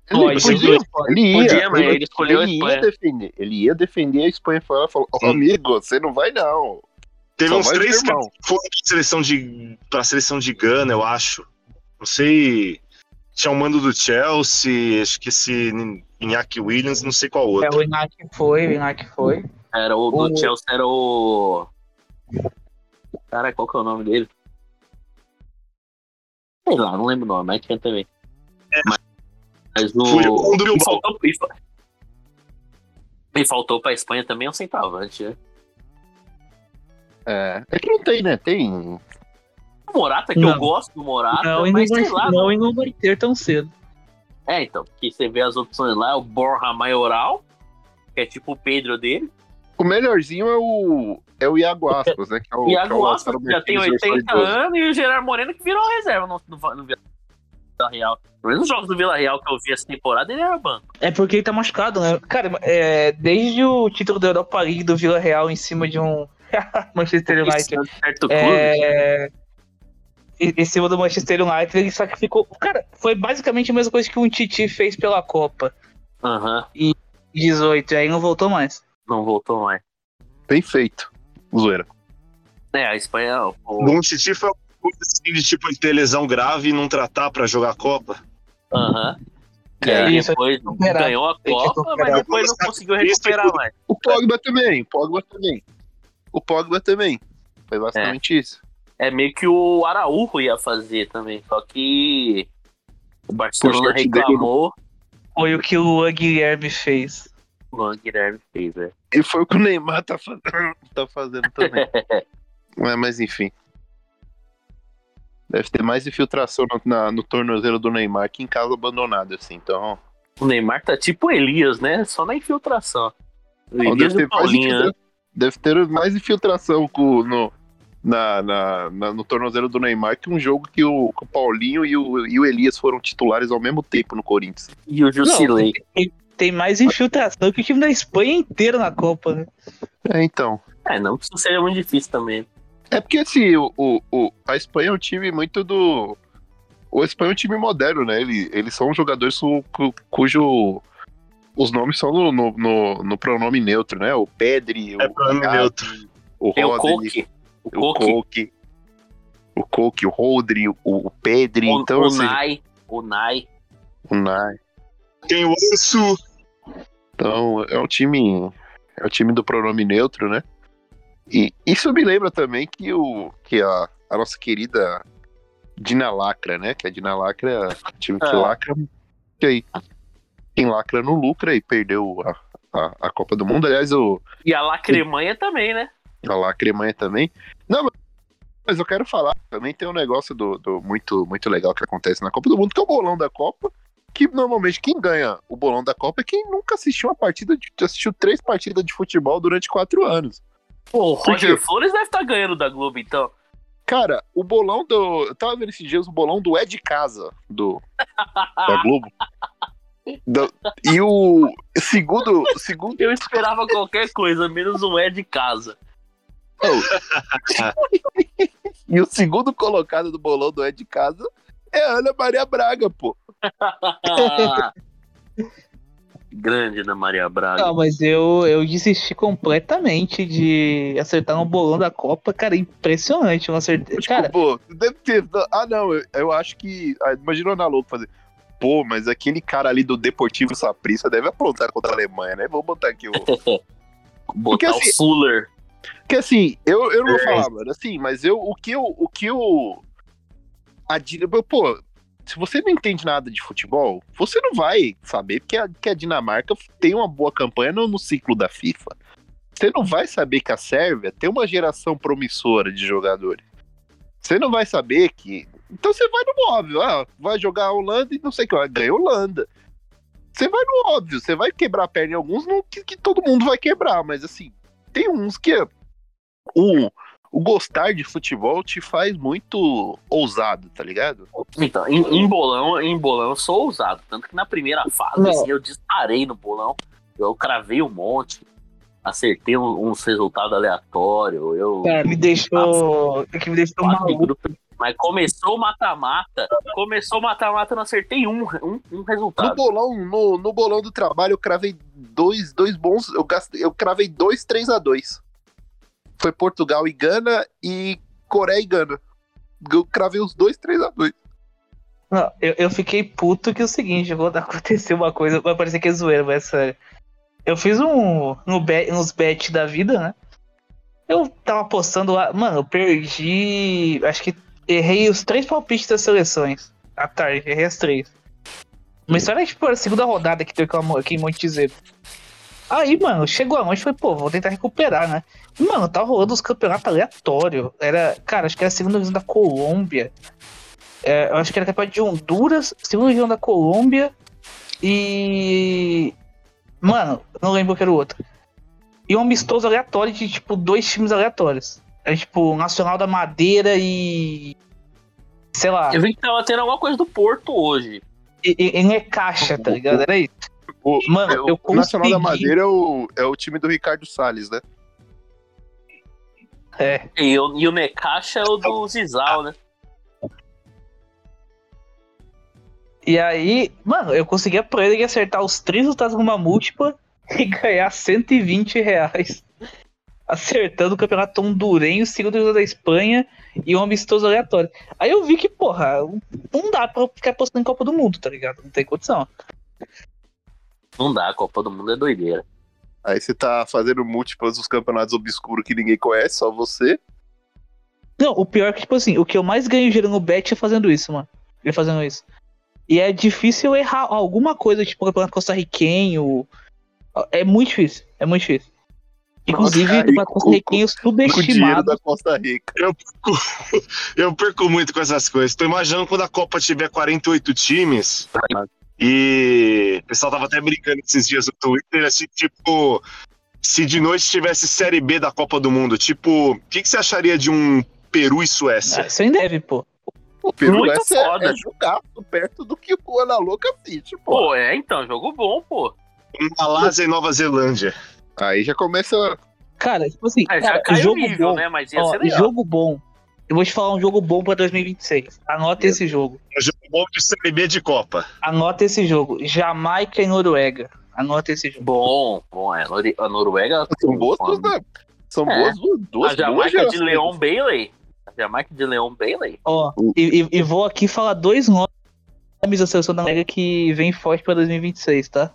Podia, mas ele escolheu a Espanha. Ele ia defender a Espanha. Falou, amigo, você não vai não. Teve uns 3 que foram pra seleção de Gana, eu acho. Não sei. Tinha o mando do Chelsea, acho que esse Iñaki Williams, não sei qual outro. O Iñaki foi. Era do Chelsea, era o... Cara, qual que é o nome dele? Sei lá, não lembro o nome, mas tinha também. Mas faltou pra Espanha também um centroavante, né? É que não tem, né? Tem. O Morata, que eu gosto do Morata, mas sei lá. Não, e não vai ter tão cedo. Então, porque você vê as opções lá, o Borja Maioral, que é tipo o Pedro dele. O melhorzinho é o Iago Aspas, né? Que é o Iago Aspas, que já tem 80 anos, e o Gerard Moreno que virou reserva no Vila Real. Pelo menos os jogos do Vila Real que eu vi essa temporada, ele era banco. É porque ele tá machucado, né? Cara, desde o título da Europa League do Vila Real em cima de um Manchester United. Certo clube. Em cima do Manchester United, ele sacrificou. Cara, foi basicamente a mesma coisa que o Titi fez pela Copa. Aham. 18, aí não voltou mais. Não voltou mais. Bem feito. Zoeira. A Espanha. O Titi foi uma coisa assim de tipo ele ter lesão grave e não tratar pra jogar a Copa. Aham. E aí Isso, depois ganhou a Copa, mas depois não conseguiu recuperar mais. O Pogba também. Foi basicamente isso. É meio que o Araújo ia fazer também, só que o Barcelona reclamou. Foi o que o Luan Guilherme fez. O Luan Guilherme fez, velho. E foi o que o Neymar tá fazendo também. Mas enfim. Deve ter mais infiltração no tornozelo do Neymar que em casa abandonado, assim, então... O Neymar tá tipo o Elias, né? Só na infiltração. O Elias e o Paulinho, deve ter mais infiltração no tornozelo do Neymar que um jogo que o Paulinho e o Elias foram titulares ao mesmo tempo no Corinthians. E o Jusilei. Tem mais infiltração que o time da Espanha inteiro na Copa, né? Então. Não que isso seja muito difícil também. É porque, assim, a Espanha é um time muito do... O Espanha é um time moderno, né? Eles são jogadores cujo... Os nomes são no pronome neutro, né? O Pedri, pronome neutro. O Rodri, o Coque, o Rodri, o Pedri, então... O Nai. Tem o Ansu. Então, é o time do pronome neutro, né? E isso me lembra também que a nossa querida Dinalacra, né? Que a Dinalacra é o time que lacra. E aí, quem lacra não lucra e perdeu a Copa do Mundo. Aliás, E a Lacremanha também, né? A Lacremanha também. Não, mas eu quero falar, também tem um negócio do muito, muito legal que acontece na Copa do Mundo, que é o bolão da Copa. Que normalmente quem ganha o bolão da Copa é quem nunca assistiu assistiu 3 partidas de futebol durante 4 anos. Pô, o Roger Flores deve estar ganhando da Globo, então. Cara, o bolão eu tava vendo esses dias o bolão do É de Casa, da Globo. E o segundo... Eu esperava qualquer coisa, menos um É de Casa. E o segundo colocado do bolão do É de Casa é a Ana Maria Braga, pô. Grande Ana Maria Braga. Não, mas eu desisti completamente de acertar no bolão da Copa, cara, impressionante, eu não acertei. Cara, pô, deve ter. Não, eu acho que. Imagina o Ana Louco fazer. Pô, mas aquele cara ali do Deportivo Saprissa deve aprontar contra a Alemanha, né? Vou botar aqui o. Botar assim, o Fuller. Porque assim, eu não vou falar, mano, assim, mas pô, se você não entende nada de futebol, você não vai saber que a Dinamarca tem uma boa campanha no ciclo da FIFA. Você não vai saber que a Sérvia tem uma geração promissora de jogadores. Você não vai saber que... Então você vai no óbvio. Vai jogar a Holanda e não sei o que. Ganha a Holanda. Você vai no óbvio. Você vai quebrar a perna em alguns que todo mundo vai quebrar. Mas assim, tem uns que... O gostar de futebol te faz muito ousado, tá ligado? Então, em bolão eu sou ousado. Tanto que na primeira fase, assim, eu disparei no bolão. Eu cravei um monte. Acertei uns resultados aleatórios. Cara, me deixou maluco. Mas começou o mata-mata. Eu não acertei um resultado. No bolão do trabalho, eu cravei dois bons. Eu cravei 3-2. Foi Portugal e Gana e Coreia e Gana. Eu cravei os 2-3-2. Não, eu fiquei puto que é o seguinte, quando aconteceu uma coisa, vai parecer que é zoeira, mas é sério. Eu fiz nos bet da vida, né? Eu tava apostando lá, mano, eu perdi, acho que errei os 3 palpites das seleções à tarde, errei as 3. Mas isso era tipo a segunda rodada que teve aqui em Montezeiro. Aí, mano, chegou a noite e falei, pô, vou tentar recuperar, né? E, mano, tava rolando os campeonatos aleatórios. Cara, acho que era a segunda divisão da Colômbia. Eu acho que era campeonato de Honduras, segunda divisão da Colômbia e... Mano, não lembro o que era o outro. E um amistoso aleatório de, tipo, 2 times aleatórios. Era, tipo, Nacional da Madeira e... sei lá, Eu vi que tava tendo alguma coisa do Porto hoje. ele é caixa, tá ligado? Era isso. Mano, eu O Nacional da consegui. Madeira é o time do Ricardo Salles, né? É. E o Necaxa é o do Zizal, né? E aí, mano, eu conseguia pra ele acertar os 3 resultados numa múltipla e ganhar R$120. Acertando o campeonato hondurenho, segundo divisão da Espanha e um amistoso aleatório. Aí eu vi que, porra, não dá pra ficar apostando em Copa do Mundo, tá ligado? Não tem condição. Não dá, a Copa do Mundo é doideira. Aí você tá fazendo múltiplas dos campeonatos obscuros que ninguém conhece, só você. Não, o pior é que, tipo assim, o que eu mais ganho dinheiro no bet é fazendo isso, mano. Eu fazendo isso. E é difícil eu errar alguma coisa, tipo, o campeonato costarriquenho. É muito difícil, é muito difícil. Inclusive, Nossa, o campeonato costarriquenho com o dinheiro subestimado. da Costa Rica. Eu perco muito com essas coisas. Tô imaginando quando a Copa tiver 48 times. E o pessoal tava até brincando esses dias no Twitter, assim, tipo, se de noite tivesse Série B da Copa do Mundo, tipo, o que você acharia de um Peru e Suécia? Isso aí deve, pô. O Peru Muito essa foda. é jogaço perto do que o Ana Louca City, pô. Pô, então, jogo bom, pô. Malásia e Nova Zelândia. Aí já começa. Cara, tipo assim, Já cara, caiu o jogo nível, bom. né? Mas ia Ó, ser legal. jogo bom. Eu vou te falar um jogo bom pra 2026. Anota esse jogo. Um jogo bom de Série B de Copa. Anota esse jogo. Jamaica e Noruega. Anota esse jogo. Bom, a Noruega. São boas duas, né? São boas duas A Jamaica boas de gerações. Leon Bailey. A Jamaica de Leon Bailey. Ó, e vou aqui falar 2 nomes da seleção da Noruega que vem forte pra 2026, tá?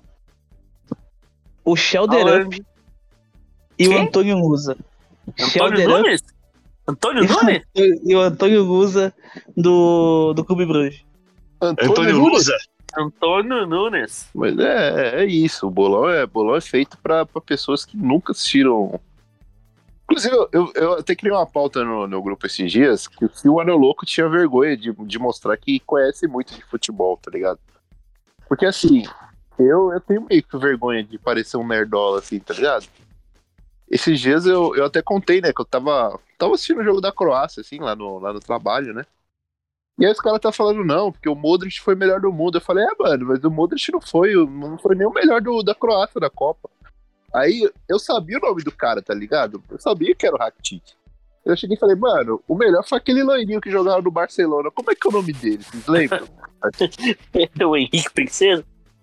O Shelder Up e o Quem? Antônio Lusa. Antônio Shelder Up Nunes? Antônio Nunes? e o Antônio Lusa do Clube Bruges. Antônio Lusa? Antônio Nunes. Mas é isso. O bolão é feito pra pessoas que nunca assistiram. Inclusive, eu até criei uma pauta no grupo esses dias que o Ano Louco tinha vergonha de mostrar que conhece muito de futebol, tá ligado? Porque assim, eu tenho meio que vergonha de parecer um nerdola, assim, tá ligado? Esses dias eu até contei, né, que eu tava assistindo o jogo da Croácia, assim, lá no trabalho, né? E aí os caras tá falando, não, porque o Modric foi o melhor do mundo. Eu falei, mano, mas o Modric não foi nem o melhor da Croácia da Copa. Aí eu sabia o nome do cara, tá ligado? Eu sabia que era o Rakitic. Eu cheguei e falei, mano, o melhor foi aquele loirinho que jogava no Barcelona. Como é que é o nome dele? Vocês lembram? O Henrique Princesa?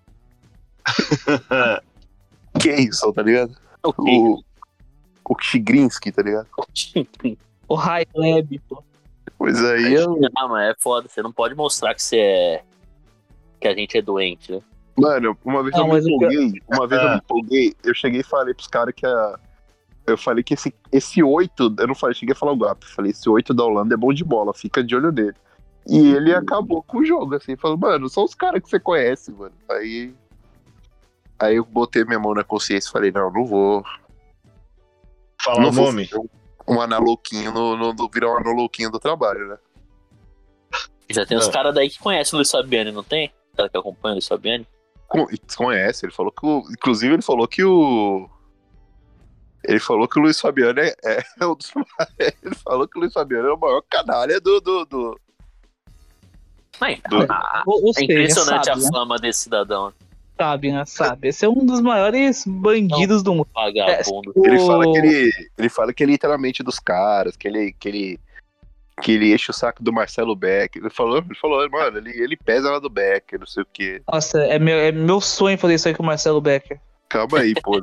Keyson, tá ligado? O O Chigrinsky, tá ligado? O High Lab, pô. Pois aí eu... Ah, mas é foda. Você não pode mostrar que a gente é doente, né? Mano, uma vez Não, eu me mas o empolguei, eu cheguei e falei pros caras que eu falei que esse 8, eu não falei, cheguei a falar o Gap, falei, esse 8 da Holanda é bom de bola, fica de olho nele. E ele acabou com o jogo, assim, falou, mano, são os caras que você conhece, mano. Aí eu botei minha mão na consciência e falei, não vou. Fala não o vou nome. ser um analouquinho, virar um analouquinho do trabalho, né? Já tem uns caras daí que conhecem o Luiz Fabiani, não tem? O cara que acompanha o Luiz Fabiani? Conhece, ele falou que inclusive ele falou que o Luiz Fabiano é um dos ele falou que o Luiz Fabiano é o maior canalha do É impressionante sabe, a fama desse cidadão. Sabe. Esse é um dos maiores bandidos do mundo. Vagabundo. Ele fala que é literalmente dos caras, que ele enche o saco do Marcelo Becker. Ele falou, mano, ele pesa lá do Becker, não sei o quê. Nossa, é meu sonho fazer isso aí com o Marcelo Becker. Calma aí, pô.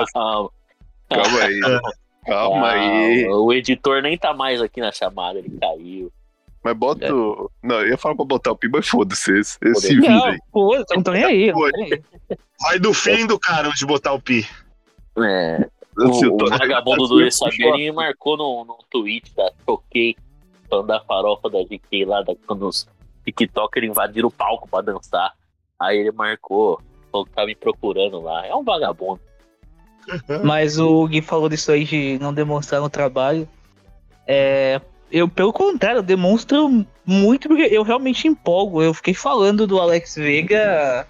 Calma aí. O editor nem tá mais aqui na chamada, ele caiu. Mas bota. Não, eu ia falar pra botar o pi, mas foda-se. Esse vídeo Não, aí. pô, eu não tô nem aí. Vai do fim do cara onde botar o pi. É. Assim, O vagabundo do Luiz Fabiani me marcou no tweet da Choquei, falando da farofa da GK lá, quando os TikTokers invadiram o palco pra dançar. Aí ele marcou, falou que tava me procurando lá. É um vagabundo. Mas o Gui falou disso aí de não demonstrar no trabalho. Eu, pelo contrário, demonstro muito porque eu realmente empolgo. Eu fiquei falando do Alex Veiga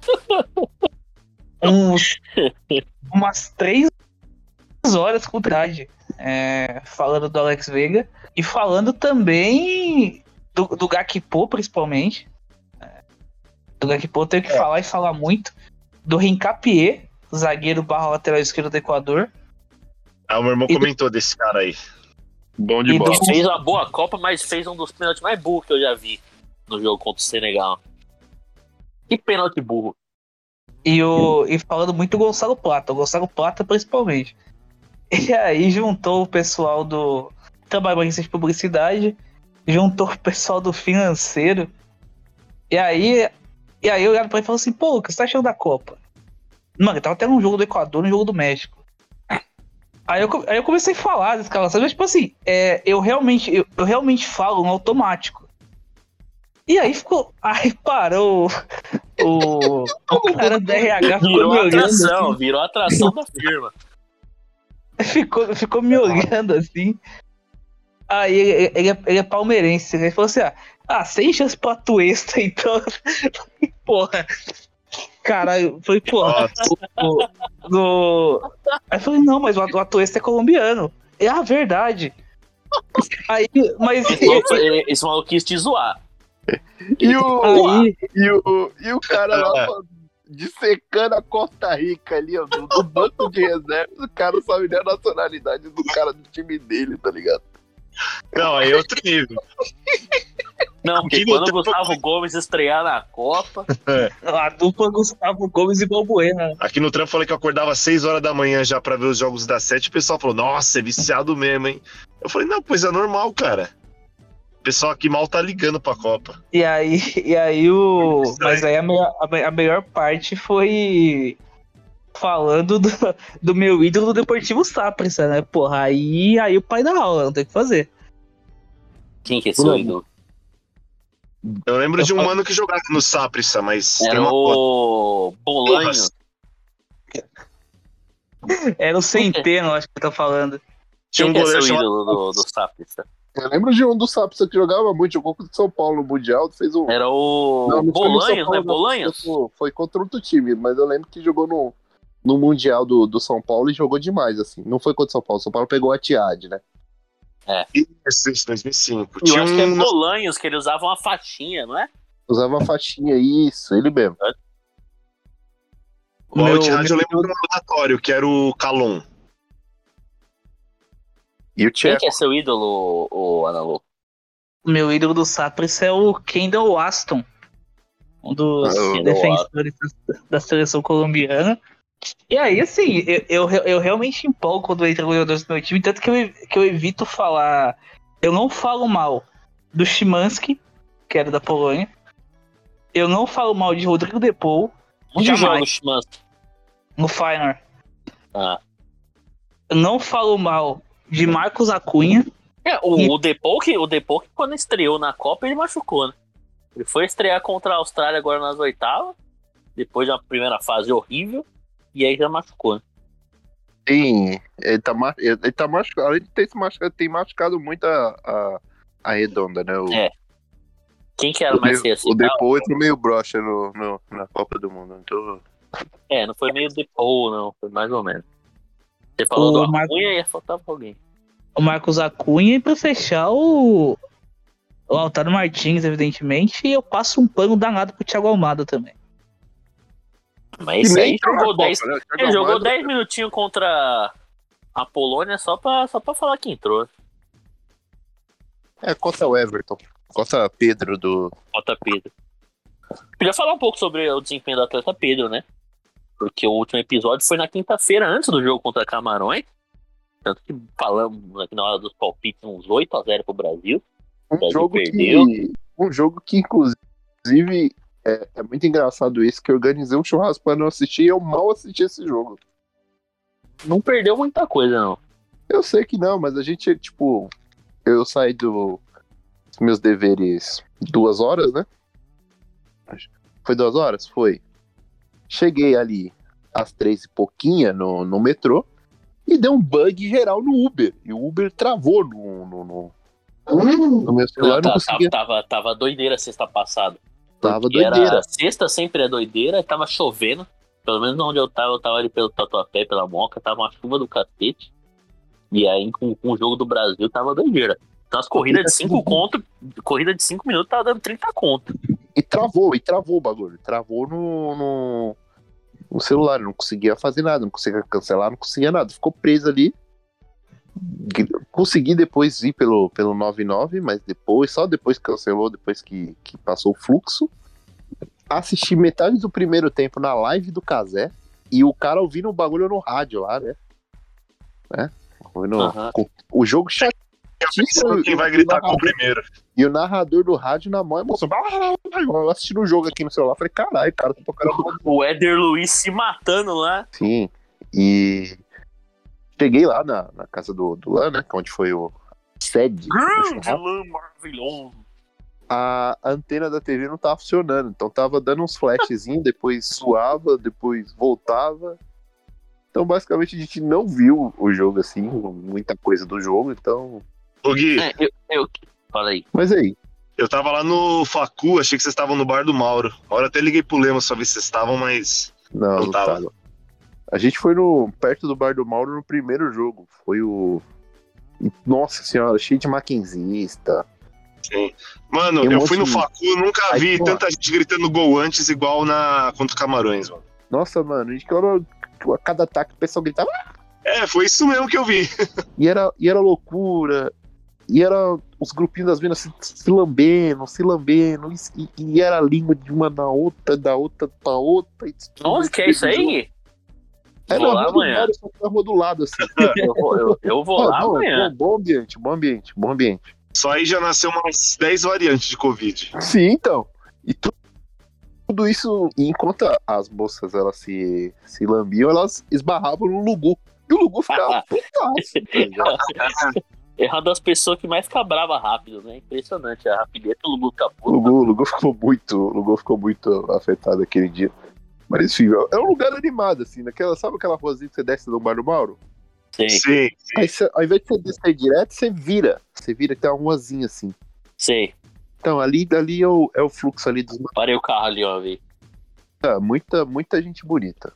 umas 3 horas com traje. Falando do Alex Veiga. E falando também do Gakpo, principalmente. Do Gakpo eu tenho que falar e falar muito. Do Hincapié, zagueiro barra lateral esquerdo do Equador. Ah, o meu irmão comentou desse cara aí. Bom de E do- bola. Fez uma boa Copa, mas fez um dos pênaltis mais burros que eu já vi no jogo contra o Senegal. Que pênalti burro. E falando muito do Gonçalo Plata principalmente. E aí juntou o pessoal do trabalho em agência de publicidade, juntou o pessoal do financeiro. E aí eu olhava pra ele e falei assim, pô, Lucas, você tá achando da Copa? Mano, tava tendo um jogo do Equador e um jogo do México. Aí eu comecei a falar das escalações, mas tipo assim, eu realmente falo no automático. E aí parou o cara do RH Virou atração da firma. ficou me olhando assim. Aí ele é palmeirense, né? Ele falou assim: sem chance pra Atuesta, então. Porra. Caralho, foi, porra. Aí eu falei: não, mas o Atuesta é colombiano. Verdade. Aí, mas. Esse maluco quis te zoar. E o cara lá É. dissecando a Costa Rica ali, ó, do banco de reservas, o cara não sabe nem a nacionalidade do cara do time dele, tá ligado? Não, aí é outro nível. Não, porque Aqui quando não o tem- Gustavo Gomes estrear na Copa. A dupla Gustavo Gomes e Balbuena. Aqui no trampo eu falei que eu acordava às 6 horas da manhã já pra ver os jogos das 7. O pessoal falou, nossa, é viciado mesmo, hein? Eu falei, não, pois é normal, cara. O pessoal aqui mal tá ligando pra Copa. E aí Mas aí a melhor parte foi falando do meu ídolo do Deportivo Saprissa, né? Porra, aí o pai da aula, não tem o que fazer. Quem que é seu ídolo? Eu lembro de um mano que jogava no Saprissa, mas tem Era uma foto. o Bolanho. Era o Centeno, acho que tá falando. Tinha Quem um que é goleiro seu chamado... ídolo do Saprissa? Eu lembro de um do Saprissa que jogava muito, jogou contra o São Paulo no Mundial, fez um... Era o Não foi no São Bolanhos, Paulo, né? não, Bolanhos? Foi contra outro time, mas eu lembro que jogou no Mundial do São Paulo e jogou demais, assim. Não foi contra o São Paulo, São Paulo pegou a Tiade, né? Isso, 2005. Eu Tinha acho que é um... Bolanhos, que ele usava uma faixinha, não é? Usava faixinha, isso, ele mesmo. O Al-Ittihad eu lembro de um rotatório, que era o Calon. E o Quem Tcheco. que é seu ídolo, o Analu? O meu ídolo do Saprissa é o Kendall Aston, um dos Kendall defensores da seleção colombiana. E aí, assim, eu realmente empolgo quando entra jogadores do meu time, tanto que eu evito falar. Eu não falo mal do Szymanski, que era da Polônia. Eu não falo mal de Rodrigo Depou, Onde jamais, joga o Szymanski? no Feyenoord. Ah. Eu não falo mal de Marcos Acunha. O Depou que quando estreou na Copa, ele machucou, né? Ele foi estrear contra a Austrália agora nas oitavas, depois de uma primeira fase horrível, e aí já machucou, né? Sim, ele tá machucado. Além de ter se machucado, tem machucado muito a redonda, né? Quem que era mais O Depou entrou meio broxa na Copa do Mundo. Então... não foi meio Depou, não, foi mais ou menos. Você falou do Acunha e faltava alguém. O Marcos Acunha, e pra fechar o Lautaro Martins, evidentemente, e eu passo um pano danado pro Thiago Almada também. Mas esse aí jogou 10. Né? Ele jogou 10 minutinhos contra a Polônia só pra falar que entrou. Contra o Everton. Contra Pedro do... Contra Pedro. Podia falar um pouco sobre o desempenho do atleta Pedro, né? Porque o último episódio foi na quinta-feira, antes do jogo contra Camarões. Tanto que falamos aqui na hora dos palpites uns 8-0 pro Brasil. Um jogo que inclusive, é muito engraçado isso, que eu organizei um churrasco pra não assistir e eu mal assisti esse jogo. Não perdeu muita coisa, não. Eu sei que não, mas a gente, tipo... Eu saí dos meus deveres 2 horas, né? Foi 2 horas? Foi. Cheguei ali às 3 e pouquinha no metrô e deu um bug geral no Uber. E o Uber travou no meu celular. Não conseguia. Tava doideira sexta passada. Tava doideira. Sexta sempre é doideira, tava chovendo. Pelo menos onde eu tava ali pelo Tatuapé, pela Moca, tava uma chuva do cacete. E aí com o jogo do Brasil tava doideira. Então as corridas de 5 conto, corrida de 5 minutos tava dando 30 conto. E travou o bagulho. Travou no celular, não conseguia fazer nada, não conseguia cancelar, não conseguia nada. Ficou preso ali. Consegui depois ir pelo 99, mas só depois que cancelou, depois que passou o fluxo. Assisti metade do primeiro tempo na live do Cazé e o cara ouvindo o bagulho no rádio lá, né? O jogo chatíssimo. Quem vai gritar com o primeiro? E o narrador do rádio na mão emoção. Eu assistindo o jogo aqui no celular, falei, caralho, cara, tô tocando. O Éder Luiz se matando lá. Sim, e cheguei lá na casa do Lan, né? Onde foi o sede. Grande Lan maravilhoso. A antena da TV não tava funcionando, então tava dando uns flashzinhos, depois suava, depois voltava. Então basicamente a gente não viu o jogo assim, muita coisa do jogo, então... Ô Gui, Fala aí. Mas aí? eu tava lá no Facu, achei que vocês estavam no bar do Mauro. Uma hora até liguei pro Lemos pra ver se vocês estavam, mas... Não tava. A gente foi perto do bar do Mauro no primeiro jogo, foi o... Nossa senhora, cheio de maquinzista. Sim. Mano, eu fui no Facu, nunca vi tanta gente gritando gol antes igual contra o Camarões, mano. Nossa, mano, a cada ataque o pessoal gritava. Foi isso mesmo que eu vi. E era loucura. E era os grupinhos das minas se lambendo. E era a língua de uma na outra, da outra pra outra. Onde que é isso aí? É vou na lá rua do amanhã. lado, só que na rua do lado, assim. Eu vou lá amanhã. Bom ambiente. Só aí já nasceu umas 10 variantes de Covid. Sim, então. E tudo isso, enquanto as moças elas se lambiam, elas esbarravam no Lugu. E o Lugu ficava putaço. É uma das pessoas que mais fica rápido, né? Impressionante. A rapidez do Lugu capô. O Lugu ficou muito afetado aquele dia. Mas enfim, é um lugar animado, assim, sabe aquela ruazinha que você desce no Bar do Mauro? Sim. Aí ao invés de você descer direto, você vira que tem uma ruazinha assim. Sei. Então, ali é o fluxo ali dos... Parei o carro ali, ó, vi. Muita gente bonita.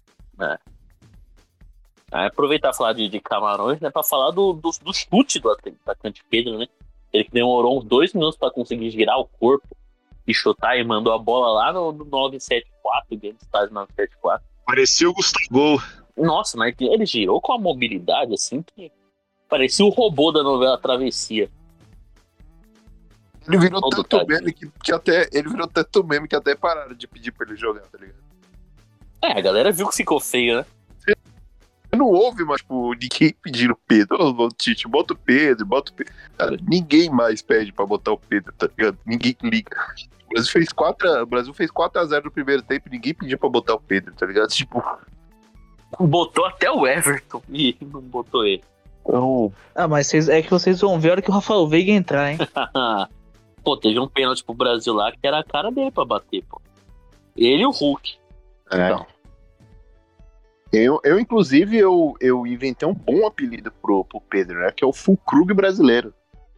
Aproveitar e falar de Camarões, né, pra falar do chute do atacante Pedro, né? Ele que demorou uns 2 minutos pra conseguir girar o corpo e chutar e mandou a bola lá no 974, dentro do estádio 974. Parecia o Gustavo Gol. Nossa, mas ele girou com a mobilidade assim que parecia o robô da novela Travessia. Ele virou tanto meme que até pararam de pedir pra ele jogar, tá ligado? A galera viu que ficou feio, né? Não houve mais, tipo, ninguém pedindo Pedro. Tite, bota o Pedro. Cara, ninguém mais pede pra botar o Pedro, tá ligado? Ninguém liga. O Brasil fez 4x0 no primeiro tempo e ninguém pediu pra botar o Pedro, tá ligado? Tipo... Botou até o Everton e não botou ele. Então... mas é que vocês vão ver a hora que o Rafael Veiga entrar, hein? Pô, teve um pênalti pro Brasil lá que era a cara dele pra bater, pô. Ele e o Hulk. Então. Eu inclusive, eu inventei um bom apelido pro Pedro, né? Que é o Fulkrug brasileiro.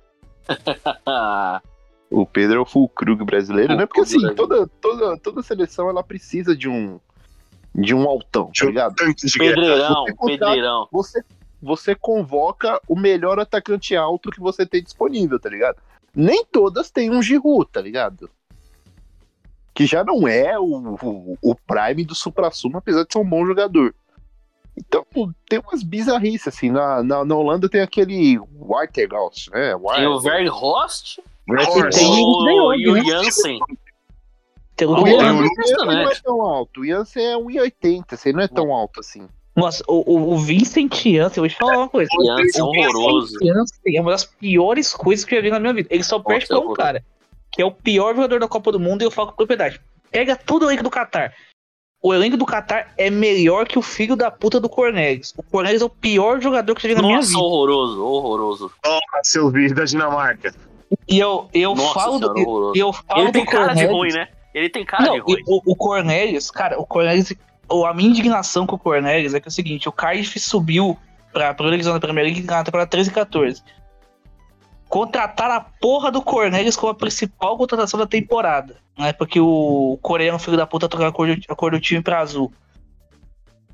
O Pedro é o Fulkrug brasileiro, né? Porque assim, toda seleção ela precisa de um altão, tá ligado? Pedreirão. Você convoca o melhor atacante alto que você tem disponível, tá ligado? Nem todas têm um Giroud, tá ligado? Que já não é o prime do supra-sumo, apesar de ser um bom jogador. Então, tem umas bizarrices, assim. Na Holanda tem aquele Watergaus, né? Tem o Verhorst E o Jansen. O Jansen não é tão alto. O Jansen é 1,80, assim, não é tão alto assim. Nossa, o Vincent Jansen, eu vou te falar uma coisa. Jansen é horroroso. Jansen é uma das piores coisas que eu já vi na minha vida. Ele só perde pra um cara, que é o pior jogador da Copa do Mundo, e eu falo com propriedade. Pega todo o elenco do Qatar. O elenco do Qatar é melhor que o filho da puta do Cornelius. O Cornelius é o pior jogador que eu já vi na minha vida. Nossa, horroroso. Seu vídeo da Dinamarca. E eu falo do Ele tem cara de ruim, né? Ele tem cara de ruim. O Cornelius, cara, a minha indignação com o Cornelius é que é o seguinte: o Cardiff subiu pra primeira divisão da Premier League na temporada 13 e 14. Contrataram a porra do Cornelius como a principal contratação da temporada, né? Porque o coreano, filho da puta, trocou a cor do time pra azul.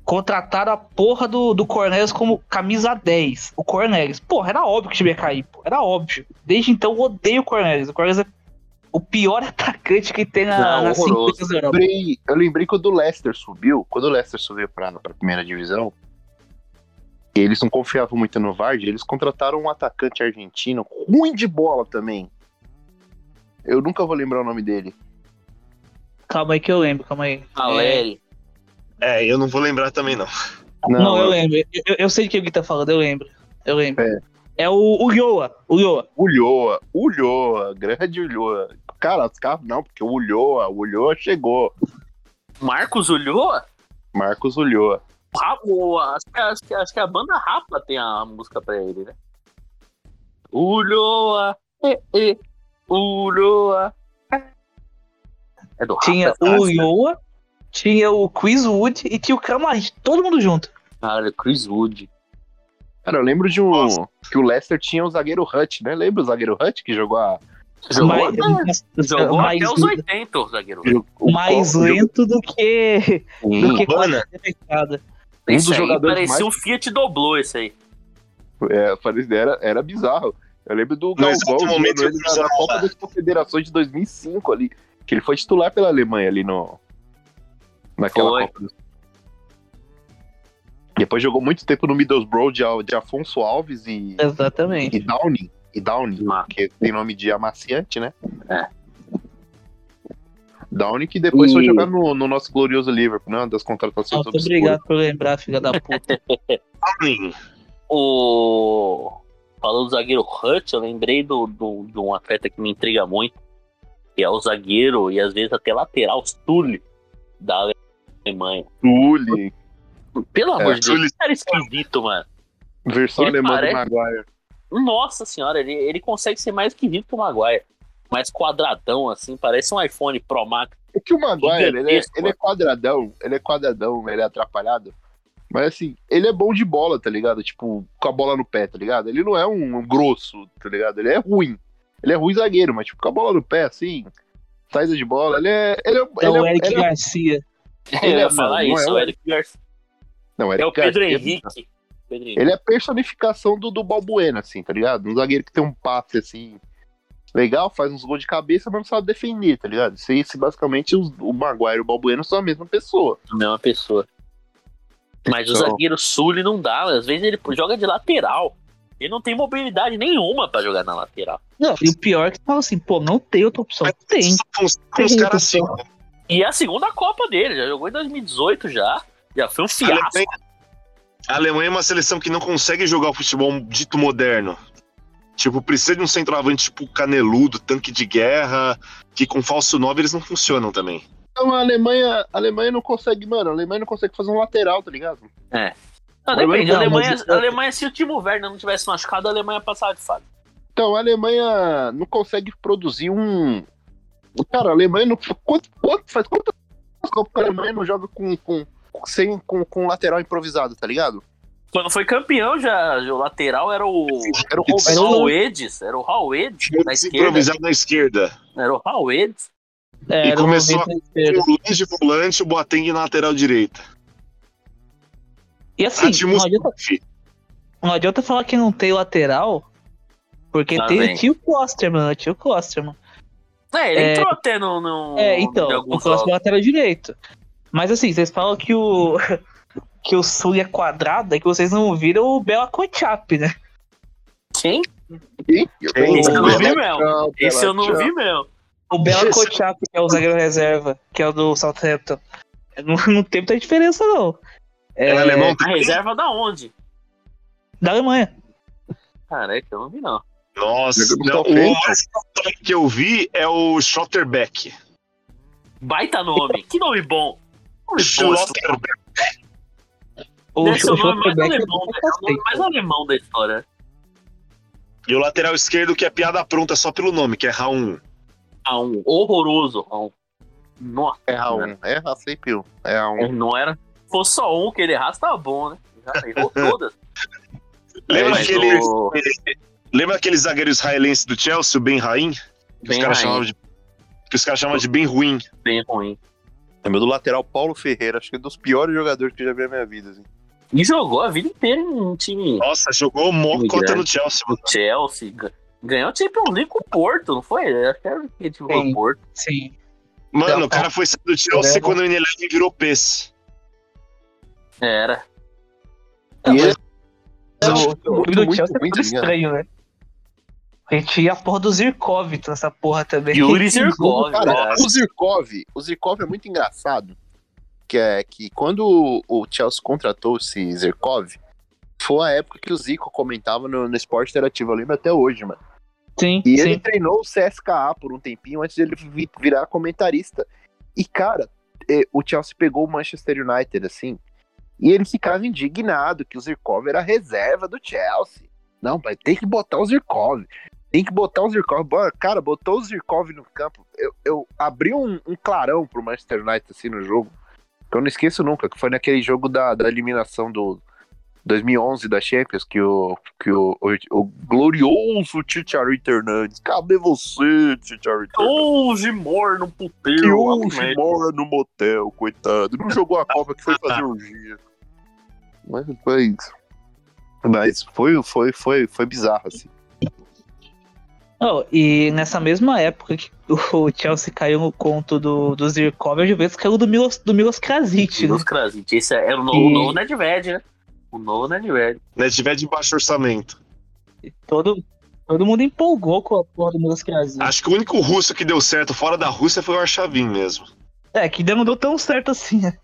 contrataram a porra do Cornelius como camisa 10. O Cornelius. Porra, era óbvio que o time ia cair, pô. Era óbvio. Desde então eu odeio o Cornelius. O Cornelius é o pior atacante que tem nas 5 ligas da Europa. Eu lembrei quando o Leicester subiu. Quando o Leicester subiu pra primeira divisão, eles não confiavam muito no Vardy. Eles contrataram um atacante argentino ruim de bola também. Eu nunca vou lembrar o nome dele. Calma aí que eu lembro, calma aí. Valeri. Eu não vou lembrar também, não. Não, eu lembro. Eu sei de que o Gui tá falando, eu lembro. É o Ulloa. Ulloa, grande Ulloa. Cara, os caras não, porque o Ulloa chegou. Marcos Ulloa? Marcos Ulloa. Acho que a banda Rapa tem a música pra ele, né? Ulloa. Ulloa. É do Rapa. Tinha o Ulloa, tinha o Chris Wood e tinha o Kramaric, todo mundo junto. Cara, Chris Wood. Cara, eu lembro de que o Leicester tinha o zagueiro Hutch, né? Lembra o zagueiro Hutch que jogou Jogou até os 80, o zagueiro. Mais lento do que Urbana. Um dos Esse aí jogadores parecia mais... um Fiat Doblô, esse aí. Era bizarro. Eu lembro do No exato Galvão momento ele na Copa das Confederações de 2005 ali, que ele foi titular pela Alemanha ali naquela Foi. Copa. Depois jogou muito tempo no Middlesbrough de Afonso Alves Exatamente. e Downing, que tem nome de amaciante, né? É. Downing que depois foi jogar no nosso glorioso Liverpool, né? Das contratações Muito obrigado por lembrar, filha da puta. Falando do zagueiro Hutch, eu lembrei de um atleta que me intriga muito, que é o zagueiro e às vezes até lateral Sully da Alemanha. Sully. Pelo amor de Deus, Sully. esse cara é esquisito, mano. Versão Ele alemã parece- do Maguire. Nossa senhora, ele consegue ser mais esquisito que o Maguire. Mais quadradão, assim, parece um iPhone Pro Max. É que o Maguire, Gigantesco, ele é quadradão, ele é atrapalhado. Mas assim, ele é bom de bola, tá ligado? Tipo, com a bola no pé, tá ligado? Ele não é um grosso, tá ligado? Ele é ruim. Ele é ruim zagueiro, mas tipo, com a bola no pé, assim, saída de bola, É o Eric Garcia. Eu ia falar não, isso, é o o Eric Garcia. Não, É o Pedro Garcia, Henrique. Ele é a personificação do Balbuena, assim, tá ligado? Um zagueiro que tem um passe, assim, legal, faz uns gols de cabeça, mas não sabe defender, tá ligado? Isso basicamente, o Maguire e o Balbuena são a mesma pessoa. Mesma pessoa. Mas o Então- zagueiro Sully não dá, às vezes ele joga de lateral. Ele não tem mobilidade nenhuma pra jogar na lateral. Não, e o pior é que fala assim, pô, não tem outra opção. Tem. Com os caras assim. E é a segunda Copa dele, já jogou em 2018 já foi um fiasco. A Alemanha é uma seleção que não consegue jogar o futebol dito moderno. Tipo, precisa de um centroavante tipo caneludo, tanque de guerra, que com falso 9 eles não funcionam também. Então a Alemanha não consegue, mano, a Alemanha não consegue fazer um lateral, tá ligado? Não, depende, Não, a mas- Alemanha, se o Timo Werner não tivesse machucado, a Alemanha passava de fase. Então a Alemanha não consegue produzir um... Cara, a Alemanha não... Faz quantas Copas que a Alemanha não joga com lateral improvisado, tá ligado? Quando foi campeão, já o lateral era o Era o Raul Edes na esquerda. Improvisado na esquerda. Era o Raul Edes. E começou a esquerda. O Luiz de volante, o Boateng na lateral direita. E assim, Atmos- não adianta falar que não tem lateral, porque tinha o Klosterman, Ele entrou até no então, em o alguns Klosterman jogos. é lateral direito. Mas assim, vocês falam que o que o Sully é quadrado, é que vocês não viram o Bela Kotchap, né? Quem? Esse eu não vi mesmo. Esse eu não vi mesmo. O Bela Kotchap, que é o zagueiro reserva, que é o do Southampton. Não tem muita diferença, não. É alemão A também? reserva da onde? Da Alemanha. Caraca, eu não vi não. Nossa, Jogou no não, o Southampton. mais que eu vi é o Schotterbeck. Baita nome. Que nome bom. Nome bom. Schlotterbeck. Deve ser o nome mais Schlotterbeck é alemão, bom pra é o nome cacete. mais alemão da história. E o lateral esquerdo que é piada pronta só pelo nome, que é Raul. Um horroroso. Nossa, Erra sempre um. não era. Se fosse só um que ele errasse, tava bom, né? Já errou todas. Lembra Mas aquele, o- lembra aquele zagueiro israelense do Chelsea, o Ben Raim? Que os Ben caras Haim. chamavam de Ben ruim. Bem ruim. Lembro do lateral Paulo Ferreira, acho que é um dos piores jogadores que eu já vi na minha vida, assim. E jogou a vida inteira em um time. Nossa, jogou mocota no Chelsea, mano. O Chelsea ganhou o Champions League com o Porto, não foi? Acho que era o que jogou o Porto. Sim. Mano, o cara foi sair do Chelsea quando o Ineleven virou PES. Era. E ele O time do Chelsea é ruim, tudo tá ligado? estranho, né? A gente ia a porra do Zirkov nessa porra também. Yuri Zirkov, Cara, cara. o Zirkov é muito engraçado. Que quando o Chelsea contratou esse Zirkov, foi a época que o Zico comentava no Esporte Interativo, eu lembro até hoje, mano. Sim, E sim. ele treinou o CSKA por um tempinho antes de ele virar comentarista. E, cara, o Chelsea pegou o Manchester United, assim, e ele ficava indignado que o Zirkov era a reserva do Chelsea. Não, vai ter que botar o Zirkov. Tem que botar o Zirkov. Cara, botou o Zirkov no campo. Eu abri um clarão pro Manchester United, assim, no jogo, que eu não esqueço nunca, que foi naquele jogo da eliminação do 2011 da Champions, que o glorioso Chicharito Hernandes, cadê você, Chicharito Hernandes? Hoje mora no Que puteiro. hoje mora no motel, coitado. Não jogou a Copa, que foi fazer urgia. Mas foi isso. Mas foi bizarro, assim. Oh, e nessa mesma época que o Chelsea caiu no conto do Zirkov, eu já vi que caiu do Milos Krasic, né? Milos Krasic. Esse era o novo Nedved, né? O novo Nedved. Nedved de baixo orçamento. E todo mundo empolgou com a porra do Milos Krasic. Acho que o único russo que deu certo fora da Rússia foi o Arshavin mesmo. É, que não deu tão certo assim, né?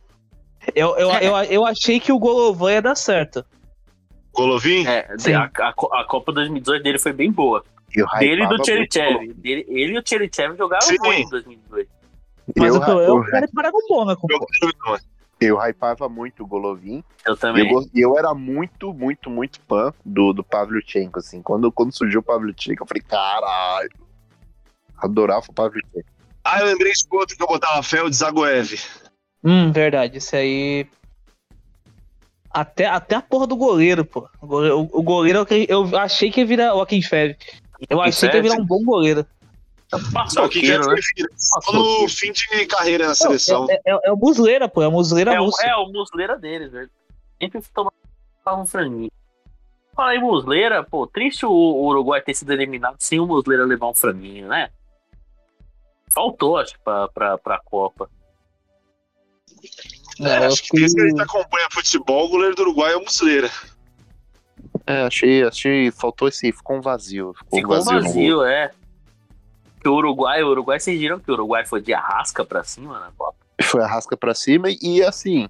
Eu achei que o Golovin ia dar certo. Golovin? Sim. A Copa 2018 dele foi bem boa. Dele e do Cherichev. Ele e o Cherichev jogaram Sim. muito em 2018. Mas o problema era parar com o Mônaco. Eu hypava muito o Golovin. Eu também. E eu era muito, muito, muito fã do Pavlyuchenko, assim. Quando surgiu o Pavlyuchenko, eu falei, caralho. Adorava o Pavlyuchenko. Ah, eu lembrei de outro que eu botava fé, o Dzagoev. Verdade, esse aí... Até a porra do goleiro, pô. O goleiro, eu achei que ia virar o Akinfev. Eu achei que ia virar um bom goleiro. Só que já foi só no fim de carreira na seleção. É o Muslera, pô. É o Muslera russo. É o Muslera deles, velho. Sempre tomava um franguinho. Fala aí, Muslera, pô, triste o Uruguai ter sido eliminado sem o Muslera levar um franguinho, né? Faltou, acho que, pra Copa. Acho que desde que a gente acompanha futebol, o goleiro do Uruguai é o Muslera. Achei, faltou ficou um vazio. Ficou um vazio, é. Que o Uruguai, vocês viram que o Uruguai foi de arrasca pra cima na Copa? Foi arrasca pra cima e assim,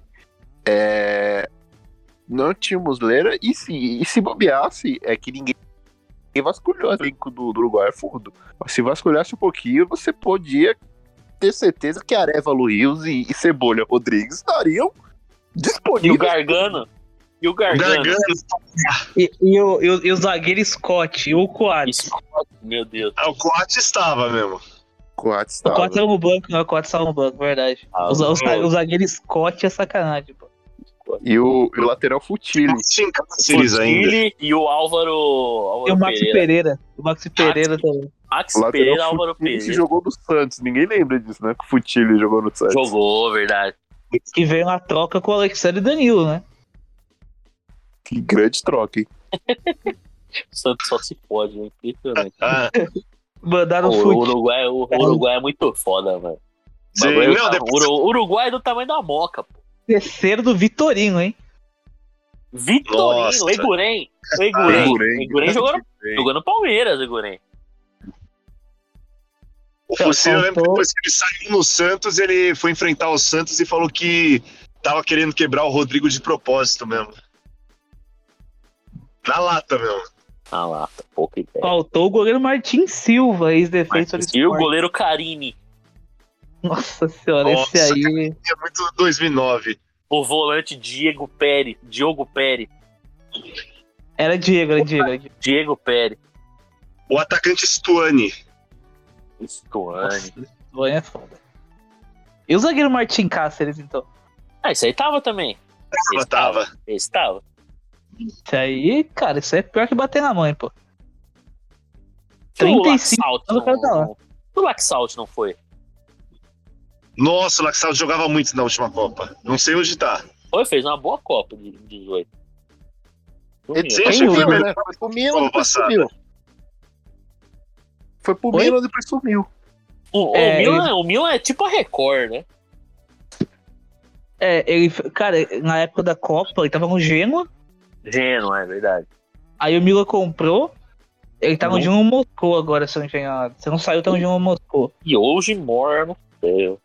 não tinha o Muslera e se bobeasse, é que ninguém vasculhou o elenco do Uruguai a fundo. Se vasculhasse um pouquinho, você podia ter certeza que Arévalo Rios e Cebolha Rodrigues estariam disponíveis. E o Gargano. E o zagueiro Scott, e o Coates. Meu Deus. O Coates estava mesmo. O Coates estava no banco, não, o Coates estava no banco, verdade. O zagueiro Scott é sacanagem, pô. E o lateral Futile. E o Álvaro e o Maxi Pereira. O Maxi Pereira também. Maxi Pereira, Álvaro Pereira. Jogou no Santos, ninguém lembra disso, né? Que o Futile jogou no Santos. Jogou, verdade. Que veio na troca com o Alexandre Danilo, né? Que grande troca, hein? O Santos só se pode, né? Impressionante. Mandaram o Uruguai é muito foda, velho. O Uruguai é do tamanho da Moca, pô. Terceiro do Vitorino, hein? Vitorino, Leguren jogou no Palmeiras, Leguren. O Fucil, eu lembro que depois que ele saiu no Santos, ele foi enfrentar o Santos e falou que tava querendo quebrar o Rodrigo de propósito mesmo. Na lata mesmo. Na lata, pouco ideia. Faltou o goleiro Martin Silva, ex-defensor do Sport. E o goleiro Carine. Nossa senhora, esse aí... É muito 2009. O volante Diogo Pérez. Era Diego. Diego Pérez. O atacante Stuani. Stuani é foda. E o zagueiro Martin Cáceres, então? Isso aí tava também. Tava. Esse tava. Isso aí, cara, isso é pior que bater na mãe, pô. 35 anos o cara tá lá. O Laxalt não foi? Nossa, o Laxalt jogava muito na última Copa. Não sei onde tá. Foi, fez uma boa Copa de 18. Ele Você sempre acha que sumiu, foi né? Foi pro Milan, Copa depois passada? sumiu. Foi pro Oi? Milan, depois sumiu. O Milan é tipo a Record, né? Cara, na época da Copa, ele tava no Genoa, Genoa, é verdade. aí o Milan comprou, ele tá no Uhum. Genoa Moscou agora, se eu não me engano. Se não saiu, tá no Genoa Moscou. E hoje mora no céu.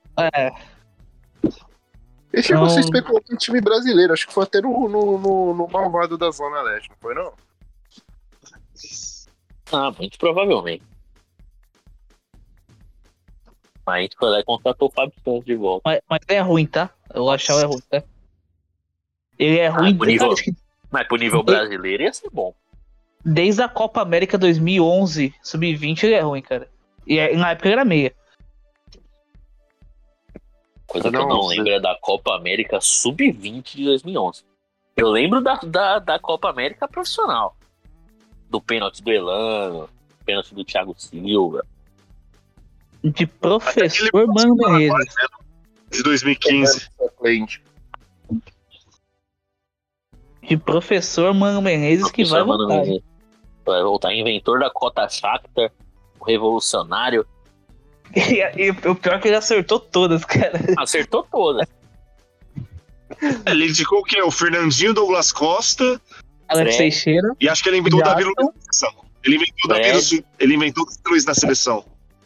Ele chegou a ser Não. especulado em time brasileiro. Acho que foi até no malvado da Zona Leste, não foi não? Ah, muito provavelmente. Mas a gente foi lá e contratou o Fábio Santos de volta. Mas é ruim, tá? Eu achava é ruim, tá? Ele é ruim, pro nível- cara, acho que Mas pro nível brasileiro ia ser bom. desde a Copa América 2011, sub-20, ele é ruim, cara. E na época ele era meia. Coisa que eu não Nossa. lembro é da Copa América Sub-20 de 2011. Eu lembro da Copa América profissional. Do pênalti do Elano, pênalti do Thiago Silva. De professor Aquele- Mano Menezes. De 2015. De professor Mano Menezes que vai Professor Mano voltar. Menezes. Vai voltar, inventor da cota Shakhtar, o revolucionário. E o pior é que ele acertou todas, cara. Acertou todas. Ele indicou o quê? O Fernandinho, Douglas Costa, Alex Fred. Teixeira. e acho que ele inventou o Davi Luiz Jackson. na seleção. Ele inventou o Davi Fred. Luiz- ele inventou o Davi Luiz na seleção.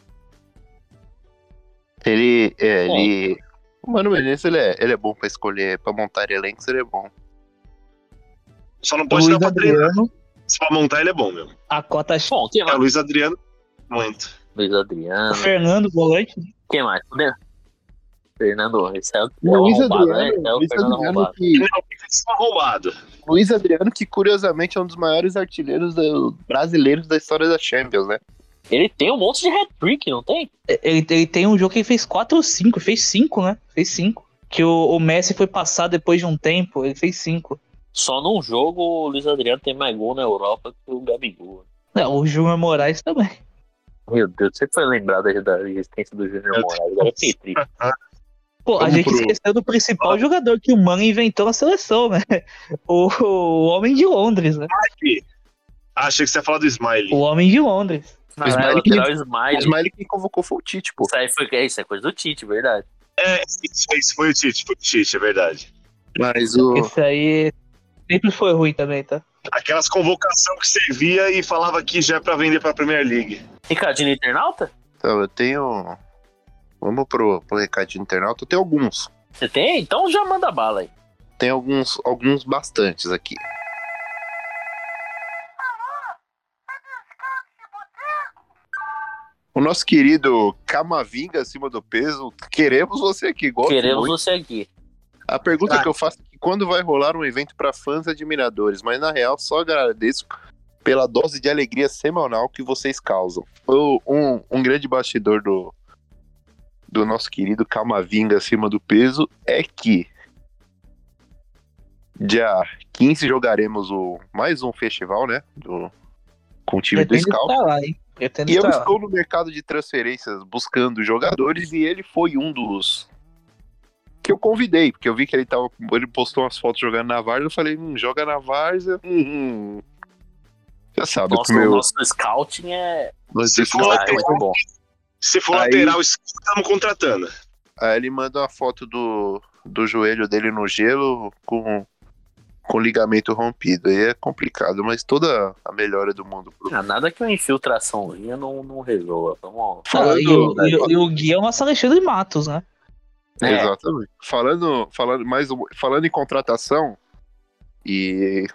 O Mano Menezes, ele é bom pra escolher, pra montar elencos, ele é bom. Só não pode Luiz dar pra treinar. Adriano. Se pra montar, ele é bom mesmo. A cota Bom, quem É o mais? Luiz Adriano, muito. Luiz o Adriano. Fernando, volante. Quem mais? Fernando, esse é o Luiz arrombado, né? Adriano, Esse é o Luiz Fernando Adriano, arrombado. que, Não, isso é arrombado. Luiz Adriano, que curiosamente é um dos maiores artilheiros brasileiros da história da Champions, né? Ele tem um monte de hat-trick, não tem? Ele tem um jogo que ele fez 4 ou 5. Fez 5, né? Fez 5. Que o Messi foi passar depois de um tempo. Ele fez 5. Só num jogo o Luiz Adriano tem mais gol na Europa que o Gabigol. Não, o Júnior Moraes também. Meu Deus, você foi lembrado da existência do Júnior Moraes. Agora eu fiquei triste. Pô, a Vamos gente pro- esqueceu do principal jogador que o Mano inventou na seleção, né? O Homem de Londres, né? Ah, achei que você ia falar do Smiley. O Homem de Londres. Ah, Smiley lateral O Smiley. Smiley que convocou foi o Tite, pô. Isso é coisa do Tite, verdade. Isso foi o Tite, é verdade. Mas o... Esse aí sempre foi ruim também, tá? Aquelas convocações que servia e falava que já é pra vender pra Premier League. Ricardinho internauta? Então, eu tenho... Vamos pro recadinho internauta. Eu tenho alguns. Você tem? Então já manda bala aí. Tem alguns bastantes aqui. O nosso querido Camavinga acima do peso, queremos você aqui. Gosto Queremos muito. você aqui. A pergunta que eu faço é que quando vai rolar um evento para fãs e admiradores, mas na real só agradeço pela dose de alegria semanal que vocês causam. Um grande bastidor do nosso querido Camavinga acima do peso é que dia 15 jogaremos mais um festival, né? Com o time do Pretendo Scout. estar lá, hein? Pretendo E eu estar lá. estou no mercado de transferências buscando jogadores e ele foi um dos que eu convidei, porque eu vi que ele postou umas fotos jogando na Várzea, eu falei, joga na Várzea, já sabe, Nosso, o meu... nosso scouting é Se for é lateral, muito bom. se for Aí- lateral, estamos contratando. Aí ele manda uma foto do joelho dele no gelo com ligamento rompido, aí é complicado, mas toda a melhora do mundo pro... Nada que uma infiltraçãozinha não resolva. Vamos... Falando- E o Gui é o nosso Alexandre Matos, né? Exatamente. Falando em contratação, e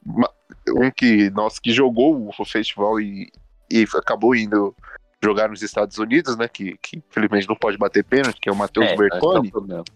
que jogou o festival e acabou indo jogar nos Estados Unidos, né? Que infelizmente não pode bater pênalti, que é o Matheus Bertoni.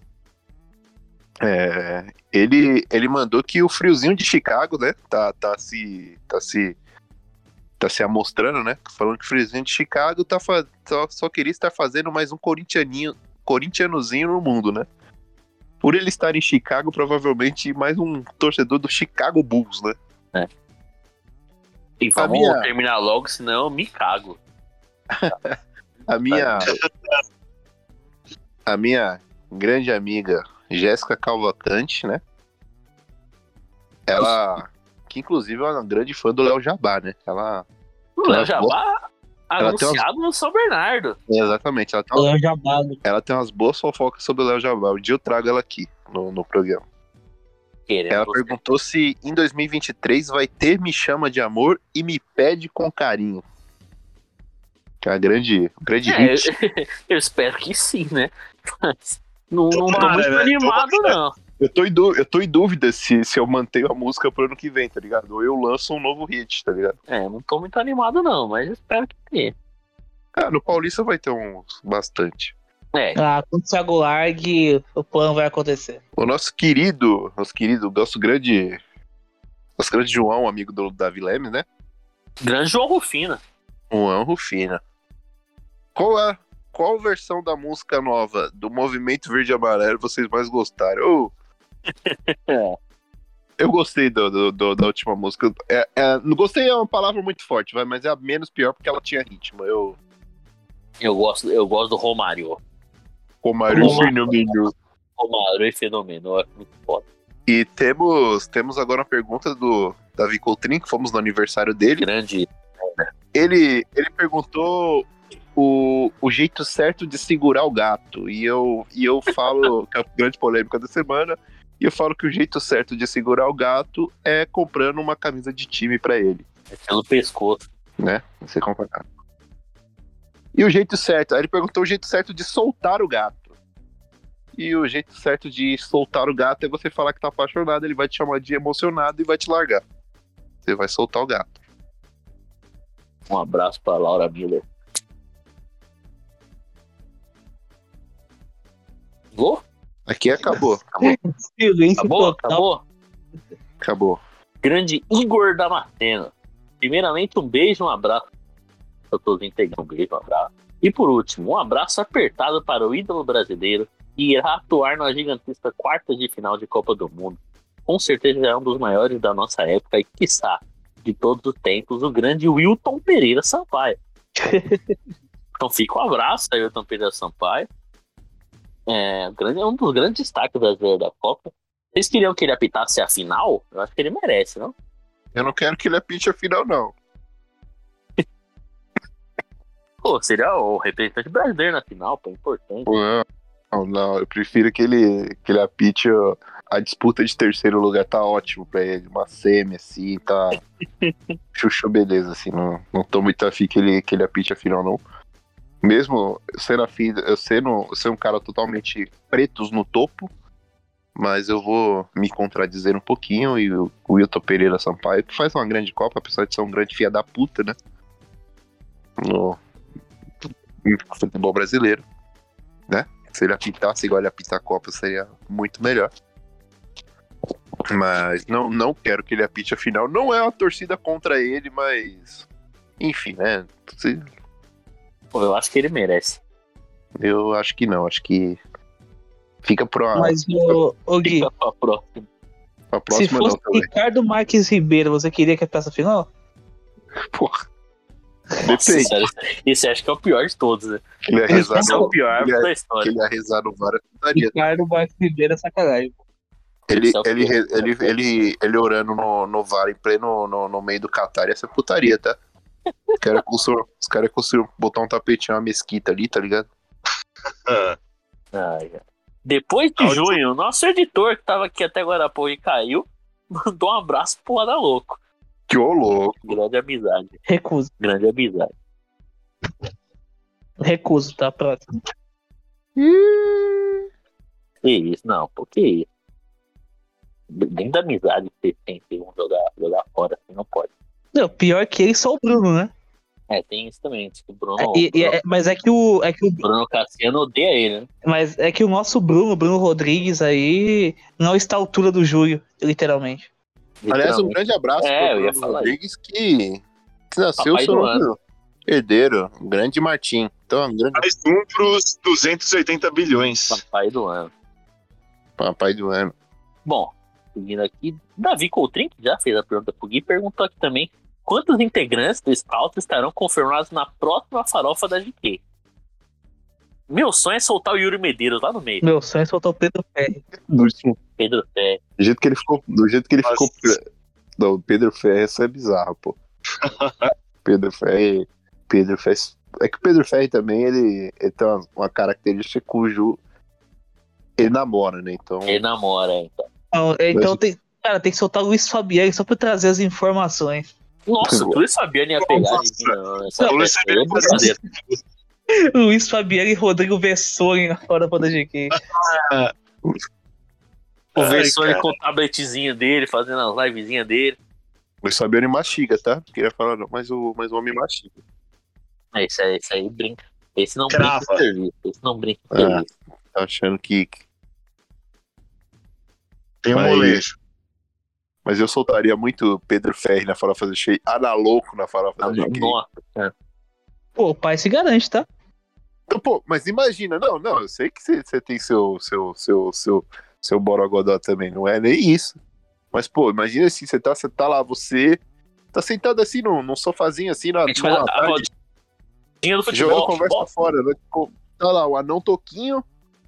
Ele mandou que o friozinho de Chicago, né? Tá se amostrando, né? Falando que o friozinho de Chicago só queria estar fazendo mais um corintianozinho no mundo, né? Por ele estar em Chicago, provavelmente mais um torcedor do Chicago Bulls, né? E vamos minha- terminar logo, senão eu me cago. A minha a minha grande amiga Jéssica Cavalcante, né? Ela, que inclusive é uma grande fã do Léo Jabá, né? Ela O Léo Jabá ela tem anunciado no São Bernardo. exatamente, Léo Jabá. ela tem umas boas fofocas sobre o Léo Jabá. Um dia eu trago ela aqui no programa. Querendo Ela você. perguntou se em 2023 vai ter Me Chama de Amor e Me Pede com Carinho. Que é a grande hit. Eu espero que sim, né? Mas não tô Tomara, muito né? animado, não. Eu tô em dúvida se eu mantenho a música pro ano que vem, tá ligado? Ou eu lanço um novo hit, tá ligado? Não tô muito animado, não, mas espero que tenha. No Paulista vai ter uns bastante. Ah, quando o Thiago largue, o plano vai acontecer. O nosso querido, nosso grande João, amigo do Davi Lemes, né? Grande João Rufino. João Rufina. Qual versão da música nova do Movimento Verde e Amarelo vocês mais gostaram? Eu gostei da última música. Não gostei é uma palavra muito forte, mas é a menos pior porque ela tinha ritmo. Eu gosto do Romário. Romário Fenômeno. Romário e Fenômeno, é muito foda. E temos agora uma pergunta do Davi Coutrin, que fomos no aniversário dele. Grande. Ele perguntou o jeito certo de segurar o gato. E eu falo que é a grande polêmica da semana. E eu falo que o jeito certo de segurar o gato é comprando uma camisa de time pra ele. É pelo pescoço. Né? Você compra. E o jeito certo? Aí ele perguntou o jeito certo de soltar o gato. E o jeito certo de soltar o gato é você falar que tá apaixonado, ele vai te chamar de emocionado e vai te largar. Você vai soltar o gato. Um abraço pra Laura Miller. Vou? Aqui acabou. Silêncio total. Acabou. Grande Igor Damasceno. Primeiramente, um beijo, um abraço. Eu tô integrando um beijo, um abraço. E por último, um abraço apertado para o ídolo brasileiro que irá atuar na gigantesca quartas de final de Copa do Mundo. Com certeza é um dos maiores da nossa época e, quiçá, de todos os tempos, o grande Wilton Pereira Sampaio. Então fica um abraço aí, Wilton Pereira Sampaio. É um dos grandes destaques brasileiros da Copa. Vocês queriam que ele apitasse a final? Eu acho que ele merece, não? Eu não quero que ele apite a final, não. Pô, seria o representante brasileiro na final, pô, importante. Não, eu prefiro que ele apite a disputa de terceiro lugar, tá ótimo pra ele. Uma semi, assim, tá chuchu beleza, assim, não tô muito afim que ele apite a final, não. Mesmo sendo afim, eu ser um cara totalmente pretos no topo, mas eu vou me contradizer um pouquinho, e o Wilton Pereira Sampaio, que faz uma grande Copa, apesar de ser um grande filha da puta, né? No futebol brasileiro, né? Se ele apitasse igual ele apita a Copa, seria muito melhor. Mas não quero que ele apite a final. Não é uma torcida contra ele, mas... Enfim, né? Pô, eu acho que ele merece. Eu acho que não. Acho que fica pra... Mas, ô Gui, Fica pra próxima. A se próxima fosse não também. Ricardo Marques Ribeiro, você queria que apitasse a final? Porra. Nossa, Depende. sério, esse acho que é o pior de todos, né? Ele ia rezar Esse é o pior ele ia- da história. ele ia rezar no VAR, putaria. Ricardo Marques Ribeiro é sacanagem. Ele orando no VAR em pleno no meio do Catar, ia ser putaria, tá? Os caras conseguiram botar um tapetinho, uma mesquita ali, tá ligado? Depois de junho, nosso editor, que tava aqui até agora há pouco e caiu, mandou um abraço pro Ada Louco. Que ô louco. Grande amizade. Recuso. Grande amizade. Recuso, tá? Próximo. Que isso, não, pô, que isso. Nem da amizade que vocês têm, vocês vão jogar fora, assim, não pode. Não, pior que ele, só o Bruno, né? Tem isso também, diz que o Bruno, Mas é que o Bruno Cassiano odeia ele, né? Mas é que o nosso Bruno Rodrigues aí não está à altura do Júlio, literalmente. Aliás, um grande abraço eu pro ia Bruno falar Rodrigues, que nasceu Papai seu do ano. herdeiro, um grande Martim. Então, um grande Mais um pros 280 bilhões. Papai do ano. papai do ano. Bom, seguindo aqui, Davi Coutrin, que já fez a pergunta pro Gui, perguntou aqui também quantos integrantes do Scout estarão confirmados na próxima farofa da GQ. Meu sonho é soltar o Yuri Medeiros lá no meio. Meu sonho é soltar o Pedro Ferri. Pedro Ferri. Do jeito que ele ficou. Não, o Pedro Ferri, isso é bizarro, pô. Pedro Ferri. É que o Pedro Ferri também, ele tem uma característica cujo ele namora, né? Então. Ele namora, então. Então tem que soltar o Luiz Fabiani só pra trazer as informações. Nossa, tu sabia nem ia pegar essa Luiz festa aí, é brincadeira. Luiz Fabiani e Rodrigo Vessone na hora da GQ. O Vessone com o tabletzinho dele, fazendo as livezinhas dele. Luiz Fabiani mastiga, tá? Queria falar, não, mas o homem mastiga. Esse aí brinca. Esse não Crava. brinca em serviço. Esse não brinca em serviço. Tá achando que. Tem um Mas- molejo. Mas eu soltaria muito Pedro Ferri na farofa do Cheio, Ana Louco na farofa da GQ. Nossa, cara. Pô, o pai se garante, tá? Então, pô, mas imagina, não, eu sei que você tem seu borogodó também, não é nem isso. Mas, pô, imagina assim, você tá lá, você tá sentado assim num sofazinho assim, A gente faz numa a tarde, rodinha do jogando futebol. conversa futebol. fora, né? Tá lá o Anão Toquinho,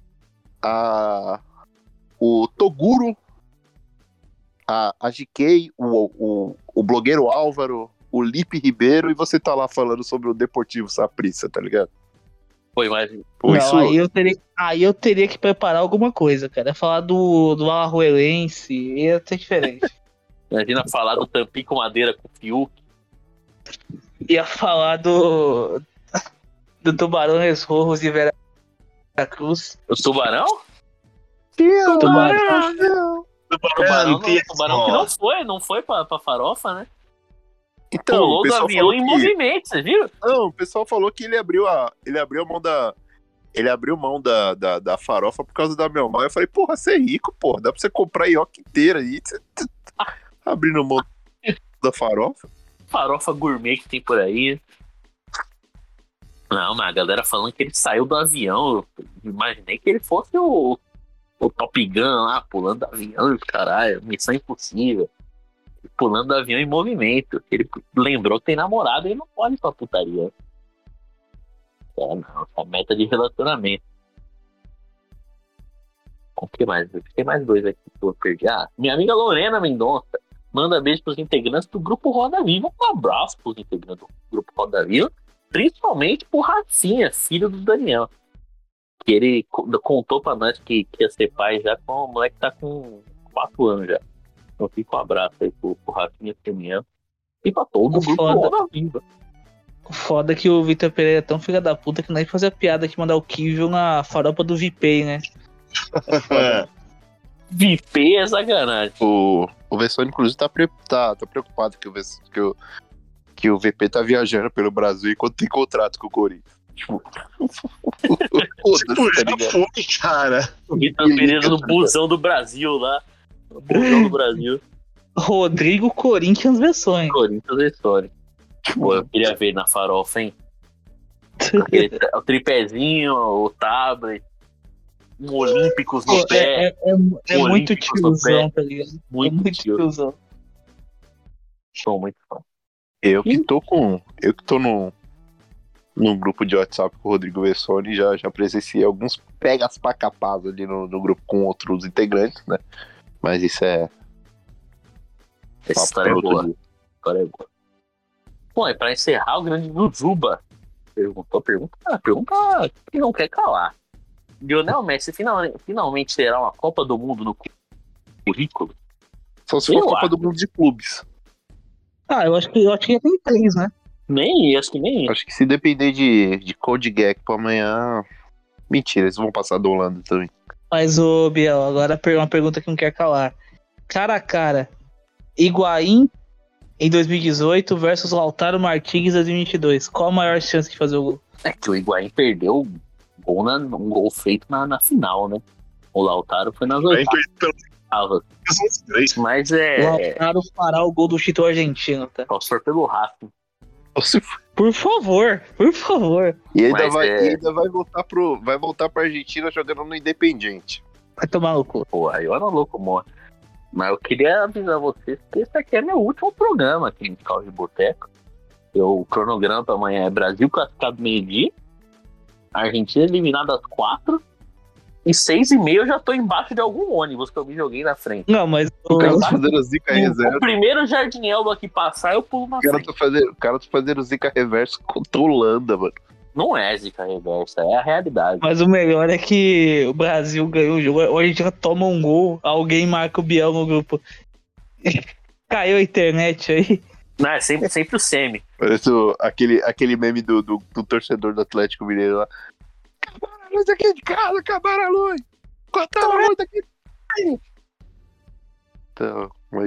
o Toguro, a GK, o blogueiro Álvaro, o Lipe Ribeiro, e você tá lá falando sobre o Deportivo Saprissa, tá ligado? Foi mais. Pô, Não, isso... aí eu teria que preparar alguma coisa, cara. Falar do Alajuelense ia ser diferente. Imagina falar do Tampico Madeira com o Fiuk. Ia falar do Tubarões Rojos de Vera Cruz. O Tubarão? Tubarão. Tubarão que não foi pra farofa, né? Então, Pulou o do pessoal avião falou em que... movimento, você viu? Não, o pessoal falou que ele abriu mão da farofa por causa da Mel Maia. Eu falei, porra, você é rico, porra, dá pra você comprar a ioca inteira aí. Você abrindo mão da farofa. Farofa gourmet que tem por aí. Não, mas a galera falando que ele saiu do avião. Eu imaginei que ele fosse o Top Gun lá, pulando do avião, caralho, Missão Impossível. Pulando do avião em movimento. Ele lembrou que tem namorado e ele não pode ir pra putaria. Não, é meta de relacionamento. O que mais? Tem mais dois aqui que eu perdi. Minha amiga Lorena Mendonça manda beijo pros integrantes do Grupo Roda Viva. Um abraço pros integrantes do Grupo Roda Viva, principalmente pro Rafinha, filho do Daniel. Que ele contou pra nós que ia ser pai já com o moleque que tá com 4 anos já. Então fica um abraço aí pro Rafinha Daniel e pra todo o Grupo Roda Viva. O foda é que o Vitor Pereira é tão filha da puta que nem fazia piada que mandar o Kivil na farofa do Vipei, né? Vipei é sacanagem. O Vessone, inclusive, tá preocupado que o VP tá viajando pelo Brasil enquanto tem contrato com o Corinthians. Tipo, Já foi, cara. O Vitor Pereira no busão do Brasil lá. No busão do Brasil. Rodrigo Corinthians versões. Corinthians é história. Pô, eu queria ver na farofa, hein? O tripézinho, o tablet, um Olímpicos no pé. É muito Olímpicos no tiozão, pé. tá ligado? Muito É muito tio. tiozão. Sou muito fã. eu que tô num grupo de WhatsApp com o Rodrigo Vessone, já presenciei alguns pegas pra capaz ali no grupo com outros integrantes, né? Mas isso é Essa papo história é pra outro boa. dia. História é boa. Bom, e pra encerrar, o grande Jujuba pergunta que não quer calar. Lionel Messi finalmente terá uma Copa do Mundo no currículo? Só se for Eu a Copa acho. do Mundo de clubes. Eu acho que já tem 3, né? Acho que nem. Acho que se depender de Code Gecko amanhã... Mentira, eles vão passar do Holanda também. Mas, ô Biel, agora uma pergunta que não quer calar. Cara a cara, Higuaín em 2018 versus Lautaro Martínez em 2022. Qual a maior chance de fazer o gol? É que o Higuaín perdeu um gol feito na final, né? O Lautaro foi nas Aí pelo oitavas. menos uns 3. Mas O Lautaro fará o gol do título argentino, tá? Só se for pelo Racing. Por favor. E ainda Mas vai voltar pra Argentina jogando no Independiente. Vai tomar no cu. Pô, aí eu era louco, morre. Mas eu queria avisar vocês que esse aqui é meu último programa aqui no Caos de Boteco. O cronograma pra amanhã é Brasil classificado meio-dia. A Argentina eliminada às 4. E 6h30 eu já tô embaixo de algum ônibus que eu me joguei na frente. Não, mas O cara tá fazendo zica O reserva. primeiro Jardim Elba que passar, eu pulo na O cara frente. tá fazendo zica reverso contra a Holanda, mano. Não é zica reversa, é a realidade. Mas o melhor é que o Brasil ganhou o jogo. Hoje a gente já toma um gol, alguém marca o Biel no grupo. Caiu a internet aí. Não, é sempre o semi. Parece aquele meme do torcedor do Atlético Mineiro lá. Acabaram a luz aqui de casa, acabaram a luz. Cortaram a luz aqui. Então, mas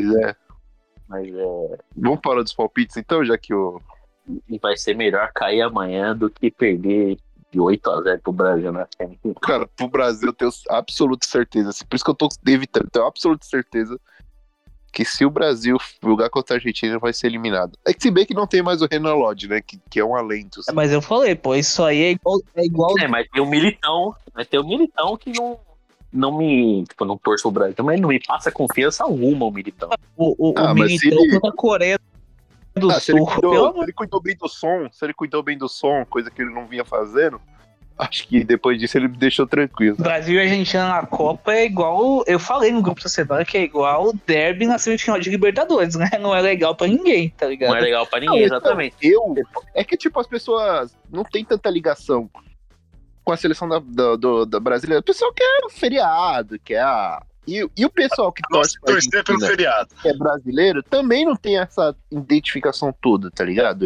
vamos parar dos palpites então, já que o... E vai ser melhor cair amanhã do que perder de 8-0 pro Brasil, né? Cara, pro Brasil eu tenho absoluta certeza. Assim, por isso que eu tô evitando. Tenho absoluta certeza que se o Brasil jogar contra a Argentina, vai ser eliminado. É que se bem que não tem mais o Renan Lodge, né? Que é um alento. Assim. Mas eu falei, pô, isso aí é igual. Mas tem o Militão. Mas tem o Militão que não me. Tipo, não torço o Brasil, mas não me passa confiança alguma o Militão. O Militão contra a Coreia do se ele Sul. cuidou bem do som, coisa que ele não vinha fazendo, acho que depois disso ele me deixou tranquilo. Brasil e Argentina na Copa é igual. Eu falei no grupo da semana que é igual o derby na semifinal de Libertadores, né? Não é legal pra ninguém, tá ligado? Não é legal pra ninguém, exatamente. É que, tipo, as pessoas não tem tanta ligação com a seleção da brasileira. O pessoal quer feriado, quer E o pessoal que torce pra Torcer pelo Argentina, feriado. que é brasileiro, também não tem essa identificação toda, tá ligado?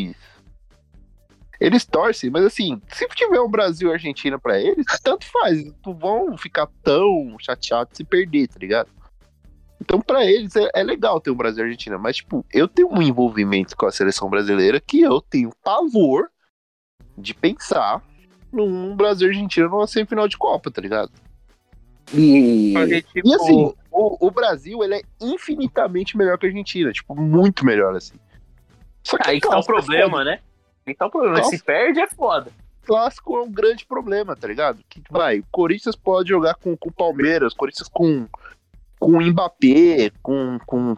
Eles torcem, mas assim, se tiver um Brasil e Argentina pra eles, tanto faz. Não vão ficar tão chateados se perder, tá ligado? Então, pra eles, é legal ter um Brasil e Argentina. Mas, tipo, eu tenho um envolvimento com a seleção brasileira que eu tenho pavor de pensar num Brasil e Argentina numa semifinal de Copa, tá ligado? E assim, o Brasil, ele é infinitamente melhor que a Argentina. Tipo, muito melhor, assim. Só que aí que tá o problema, né? Então o problema, se perde é foda. Clássico é um grande problema, tá ligado? Que o Corinthians pode jogar com o Palmeiras, Corinthians com o Mbappé, com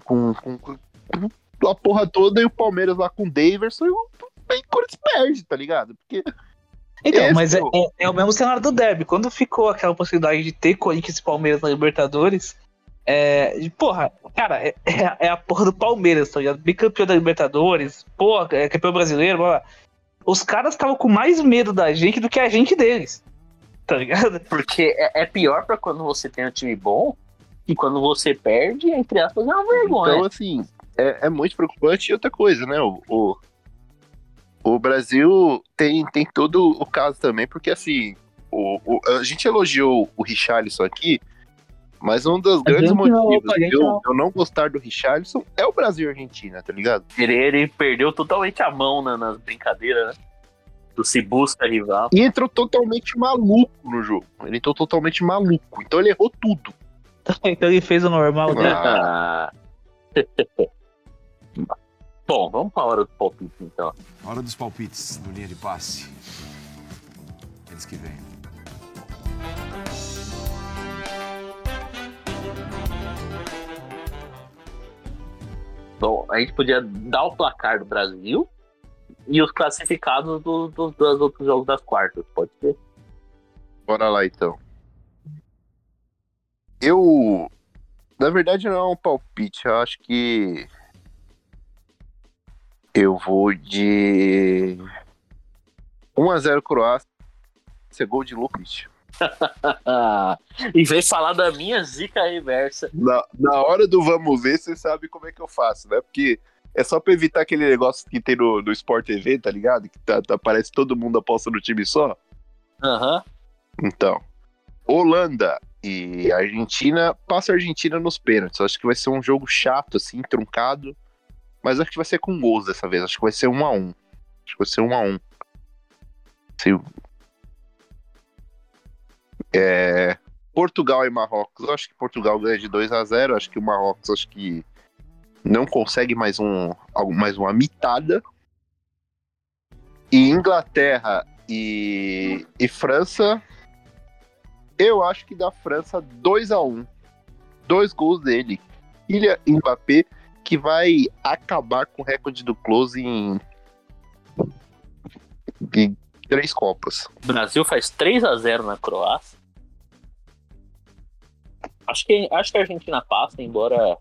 a porra toda, e o Palmeiras lá com o Daverson, e o Corinthians perde, tá ligado? Porque então, mas é o mesmo cenário do derby. Quando ficou aquela possibilidade de ter Corinthians e Palmeiras na Libertadores, porra, cara, é a porra do Palmeiras, tá ligado? Bicampeão da Libertadores, porra, campeão brasileiro, blá, blá. Os caras estavam com mais medo da gente do que a gente deles, tá ligado? Porque é pior pra quando você tem um time bom, e quando você perde, entre aspas, é uma vergonha. Então, assim, é muito preocupante. E outra coisa, né, o Brasil tem todo o caso também, porque assim, a gente elogiou o Richarlison aqui, mas um dos grandes motivos de eu não gostar do Richarlison é o Brasil e a Argentina, tá ligado? Ele perdeu totalmente a mão nas brincadeiras, né? Do se busca rival. E entrou totalmente maluco no jogo. Ele entrou totalmente maluco. Então ele errou tudo. Então ele fez o normal, né? Bom, vamos pra hora do palpite, então. Hora dos palpites no linha de passe. Eles que vêm. Bom, a gente podia dar o placar do Brasil e os classificados dos outros jogos das quartas, pode ser? Bora lá, então. Na verdade, não é um palpite. Eu acho que eu vou de 1-0 Croácia. Esse é gol de Lukic. E vem falar da minha zica reversa. Na hora do vamos ver, você sabe como é que eu faço, né? Porque é só pra evitar aquele negócio que tem no Sport TV, tá ligado? Que aparece todo mundo aposta no time só. Aham. Então, Holanda e Argentina, passa a Argentina nos pênaltis. Eu acho que vai ser um jogo chato, assim, truncado. Mas acho que vai ser com gols dessa vez. Acho que vai ser 1-1. Acho que vai ser 1-1. Portugal e Marrocos. Eu acho que Portugal ganha de 2-0. Acho que o Marrocos acho que não consegue mais uma mitada. E Inglaterra e França. Eu acho que da França 2-1. 2 gols dele. Kylian Mbappé, que vai acabar com o recorde do Klose em 3 Copas. O Brasil faz 3-0 na Croácia. Acho que a Argentina passa, embora...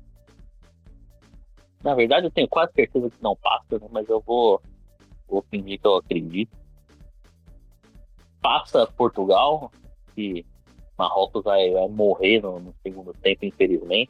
Na verdade, eu tenho quase certeza que não passa, né? Mas eu vou fingir que eu acredito. Passa Portugal, que Marrocos vai morrer no segundo tempo, infelizmente.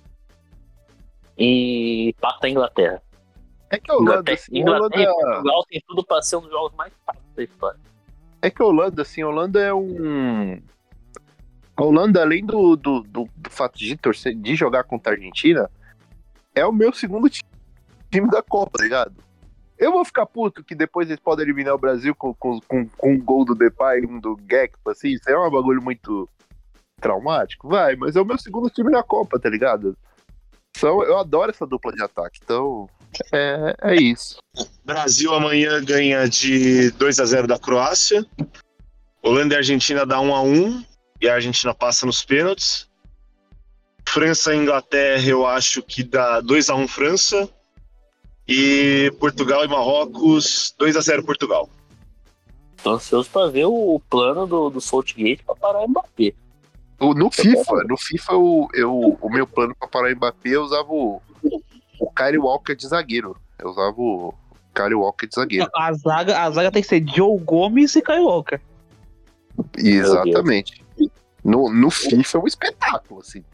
E passa a Inglaterra. É que a Holanda, Inglaterra e Portugal tem tudo para ser um dos jogos mais fáceis da história. É que a Holanda, assim, a Holanda é um... A Holanda, além do fato de torcer, de jogar contra a Argentina, é o meu segundo time da Copa, tá ligado? Eu vou ficar puto que depois eles podem eliminar o Brasil com um gol do Depay e um do Gekpo, assim, isso é um bagulho muito traumático, vai, mas é o meu segundo time na Copa, tá ligado? Eu adoro essa dupla de ataque, então é isso. Brasil amanhã ganha de 2-0 da Croácia. Holanda e Argentina dá 1-1 e a Argentina passa nos pênaltis. França e Inglaterra eu acho que dá 2-1 França. E Portugal e Marrocos 2-0 Portugal. Tô ansioso pra ver o plano do Southgate pra parar o Mbappé. No FIFA o meu plano pra parar o Mbappé, eu usava o Kyle Walker de zagueiro. Eu usava o Kyle Walker de zagueiro. A zaga tem que ser Joe Gomes e Kyle Walker. Exatamente. No FIFA é um espetáculo, assim.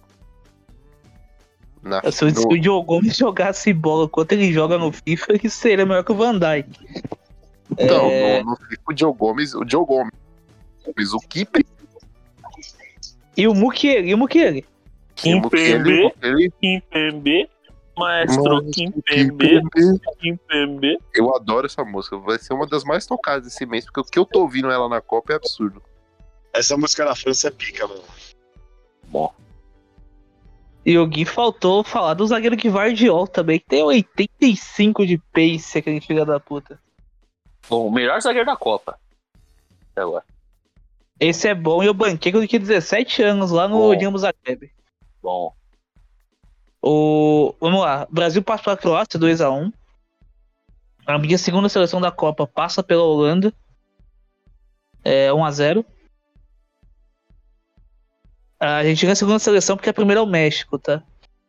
Se o Joe Gomes jogasse bola quanto ele joga no FIFA, ele seria melhor que o Van Dijk. Então, no FIFA o Joe Gomes, o Keeper e o Mukiele. Kimpembe, Maestro Kimpembe. Eu adoro essa música, vai ser uma das mais tocadas esse mês, porque o que eu tô ouvindo ela na Copa é absurdo. Essa música na França é pica, mano. Bom. E o Gui faltou falar do zagueiro Gvardiol também, que tem 85 de pace, aquele filho da puta. Bom, o melhor zagueiro da Copa. Até agora. Esse é bom e eu banquei quando eu tinha 17 anos lá no Dinamo Zagreb. Bom. Vamos lá. Brasil passa pela Croácia 2-1. A minha segunda seleção da Copa passa pela Holanda. 1-0. A gente ganha a segunda seleção porque a primeira é o México, tá?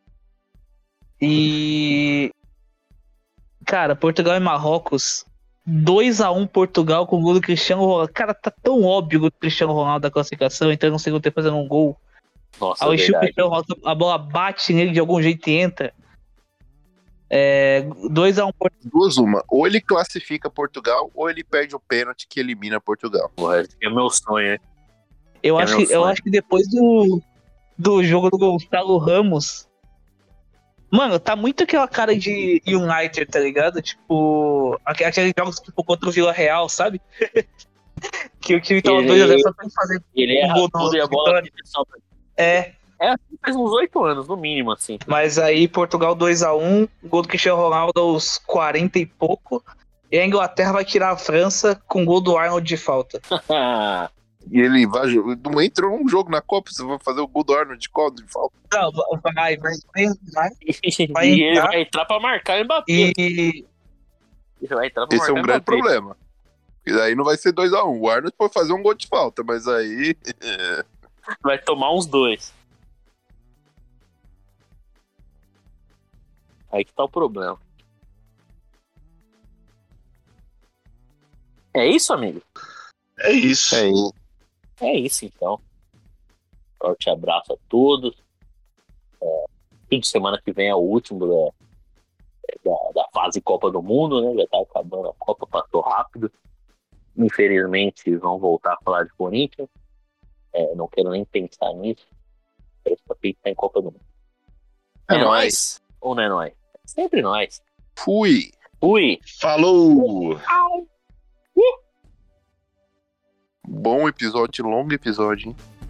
E... Cara, Portugal e Marrocos 2-1 Portugal com o gol do Cristiano Ronaldo. Cara, tá tão óbvio o Cristiano Ronaldo da classificação, entrando no segundo tempo fazendo um gol. Nossa, ao estilo Cristiano Ronaldo, a bola bate nele de algum jeito e entra. 2-1 Portugal. Ou ele classifica Portugal, ou ele perde o pênalti que elimina Portugal. Porra, é meu sonho, hein? Eu acho que depois do jogo do Gonçalo Ramos, mano, tá muito aquela cara de United, tá ligado? Tipo, aqueles jogos tipo, contra o Vila Real, sabe? Que o time tava 2-0 só pra fazer ele erra tudo e a bola faz uns 8 anos, no mínimo, assim. Mas aí Portugal 2-1, gol do Cristiano Ronaldo aos 40 e pouco, e a Inglaterra vai tirar a França com gol do Arnold de falta. E ele não entrou num jogo na Copa, você vai fazer o gol do Arnold de falta. Não, vai e ele vai entrar pra marcar o Mbappé. Esse é um grande problema. E daí não vai ser 2-1. O Arnold pode fazer um gol de falta, mas aí... vai tomar uns 2. Aí que tá o problema. É isso, amigo? É isso. É isso, então. Forte abraço a todos. Fim de semana que vem é o último da fase Copa do Mundo, né? Já tá acabando a Copa, passou rápido. Infelizmente, vão voltar a falar de Corinthians. Não quero nem pensar nisso. Quero só pensar em Copa do Mundo. É nóis? Ou não é nóis? Sempre nós. Fui. Falou. Bom episódio, longo episódio, hein?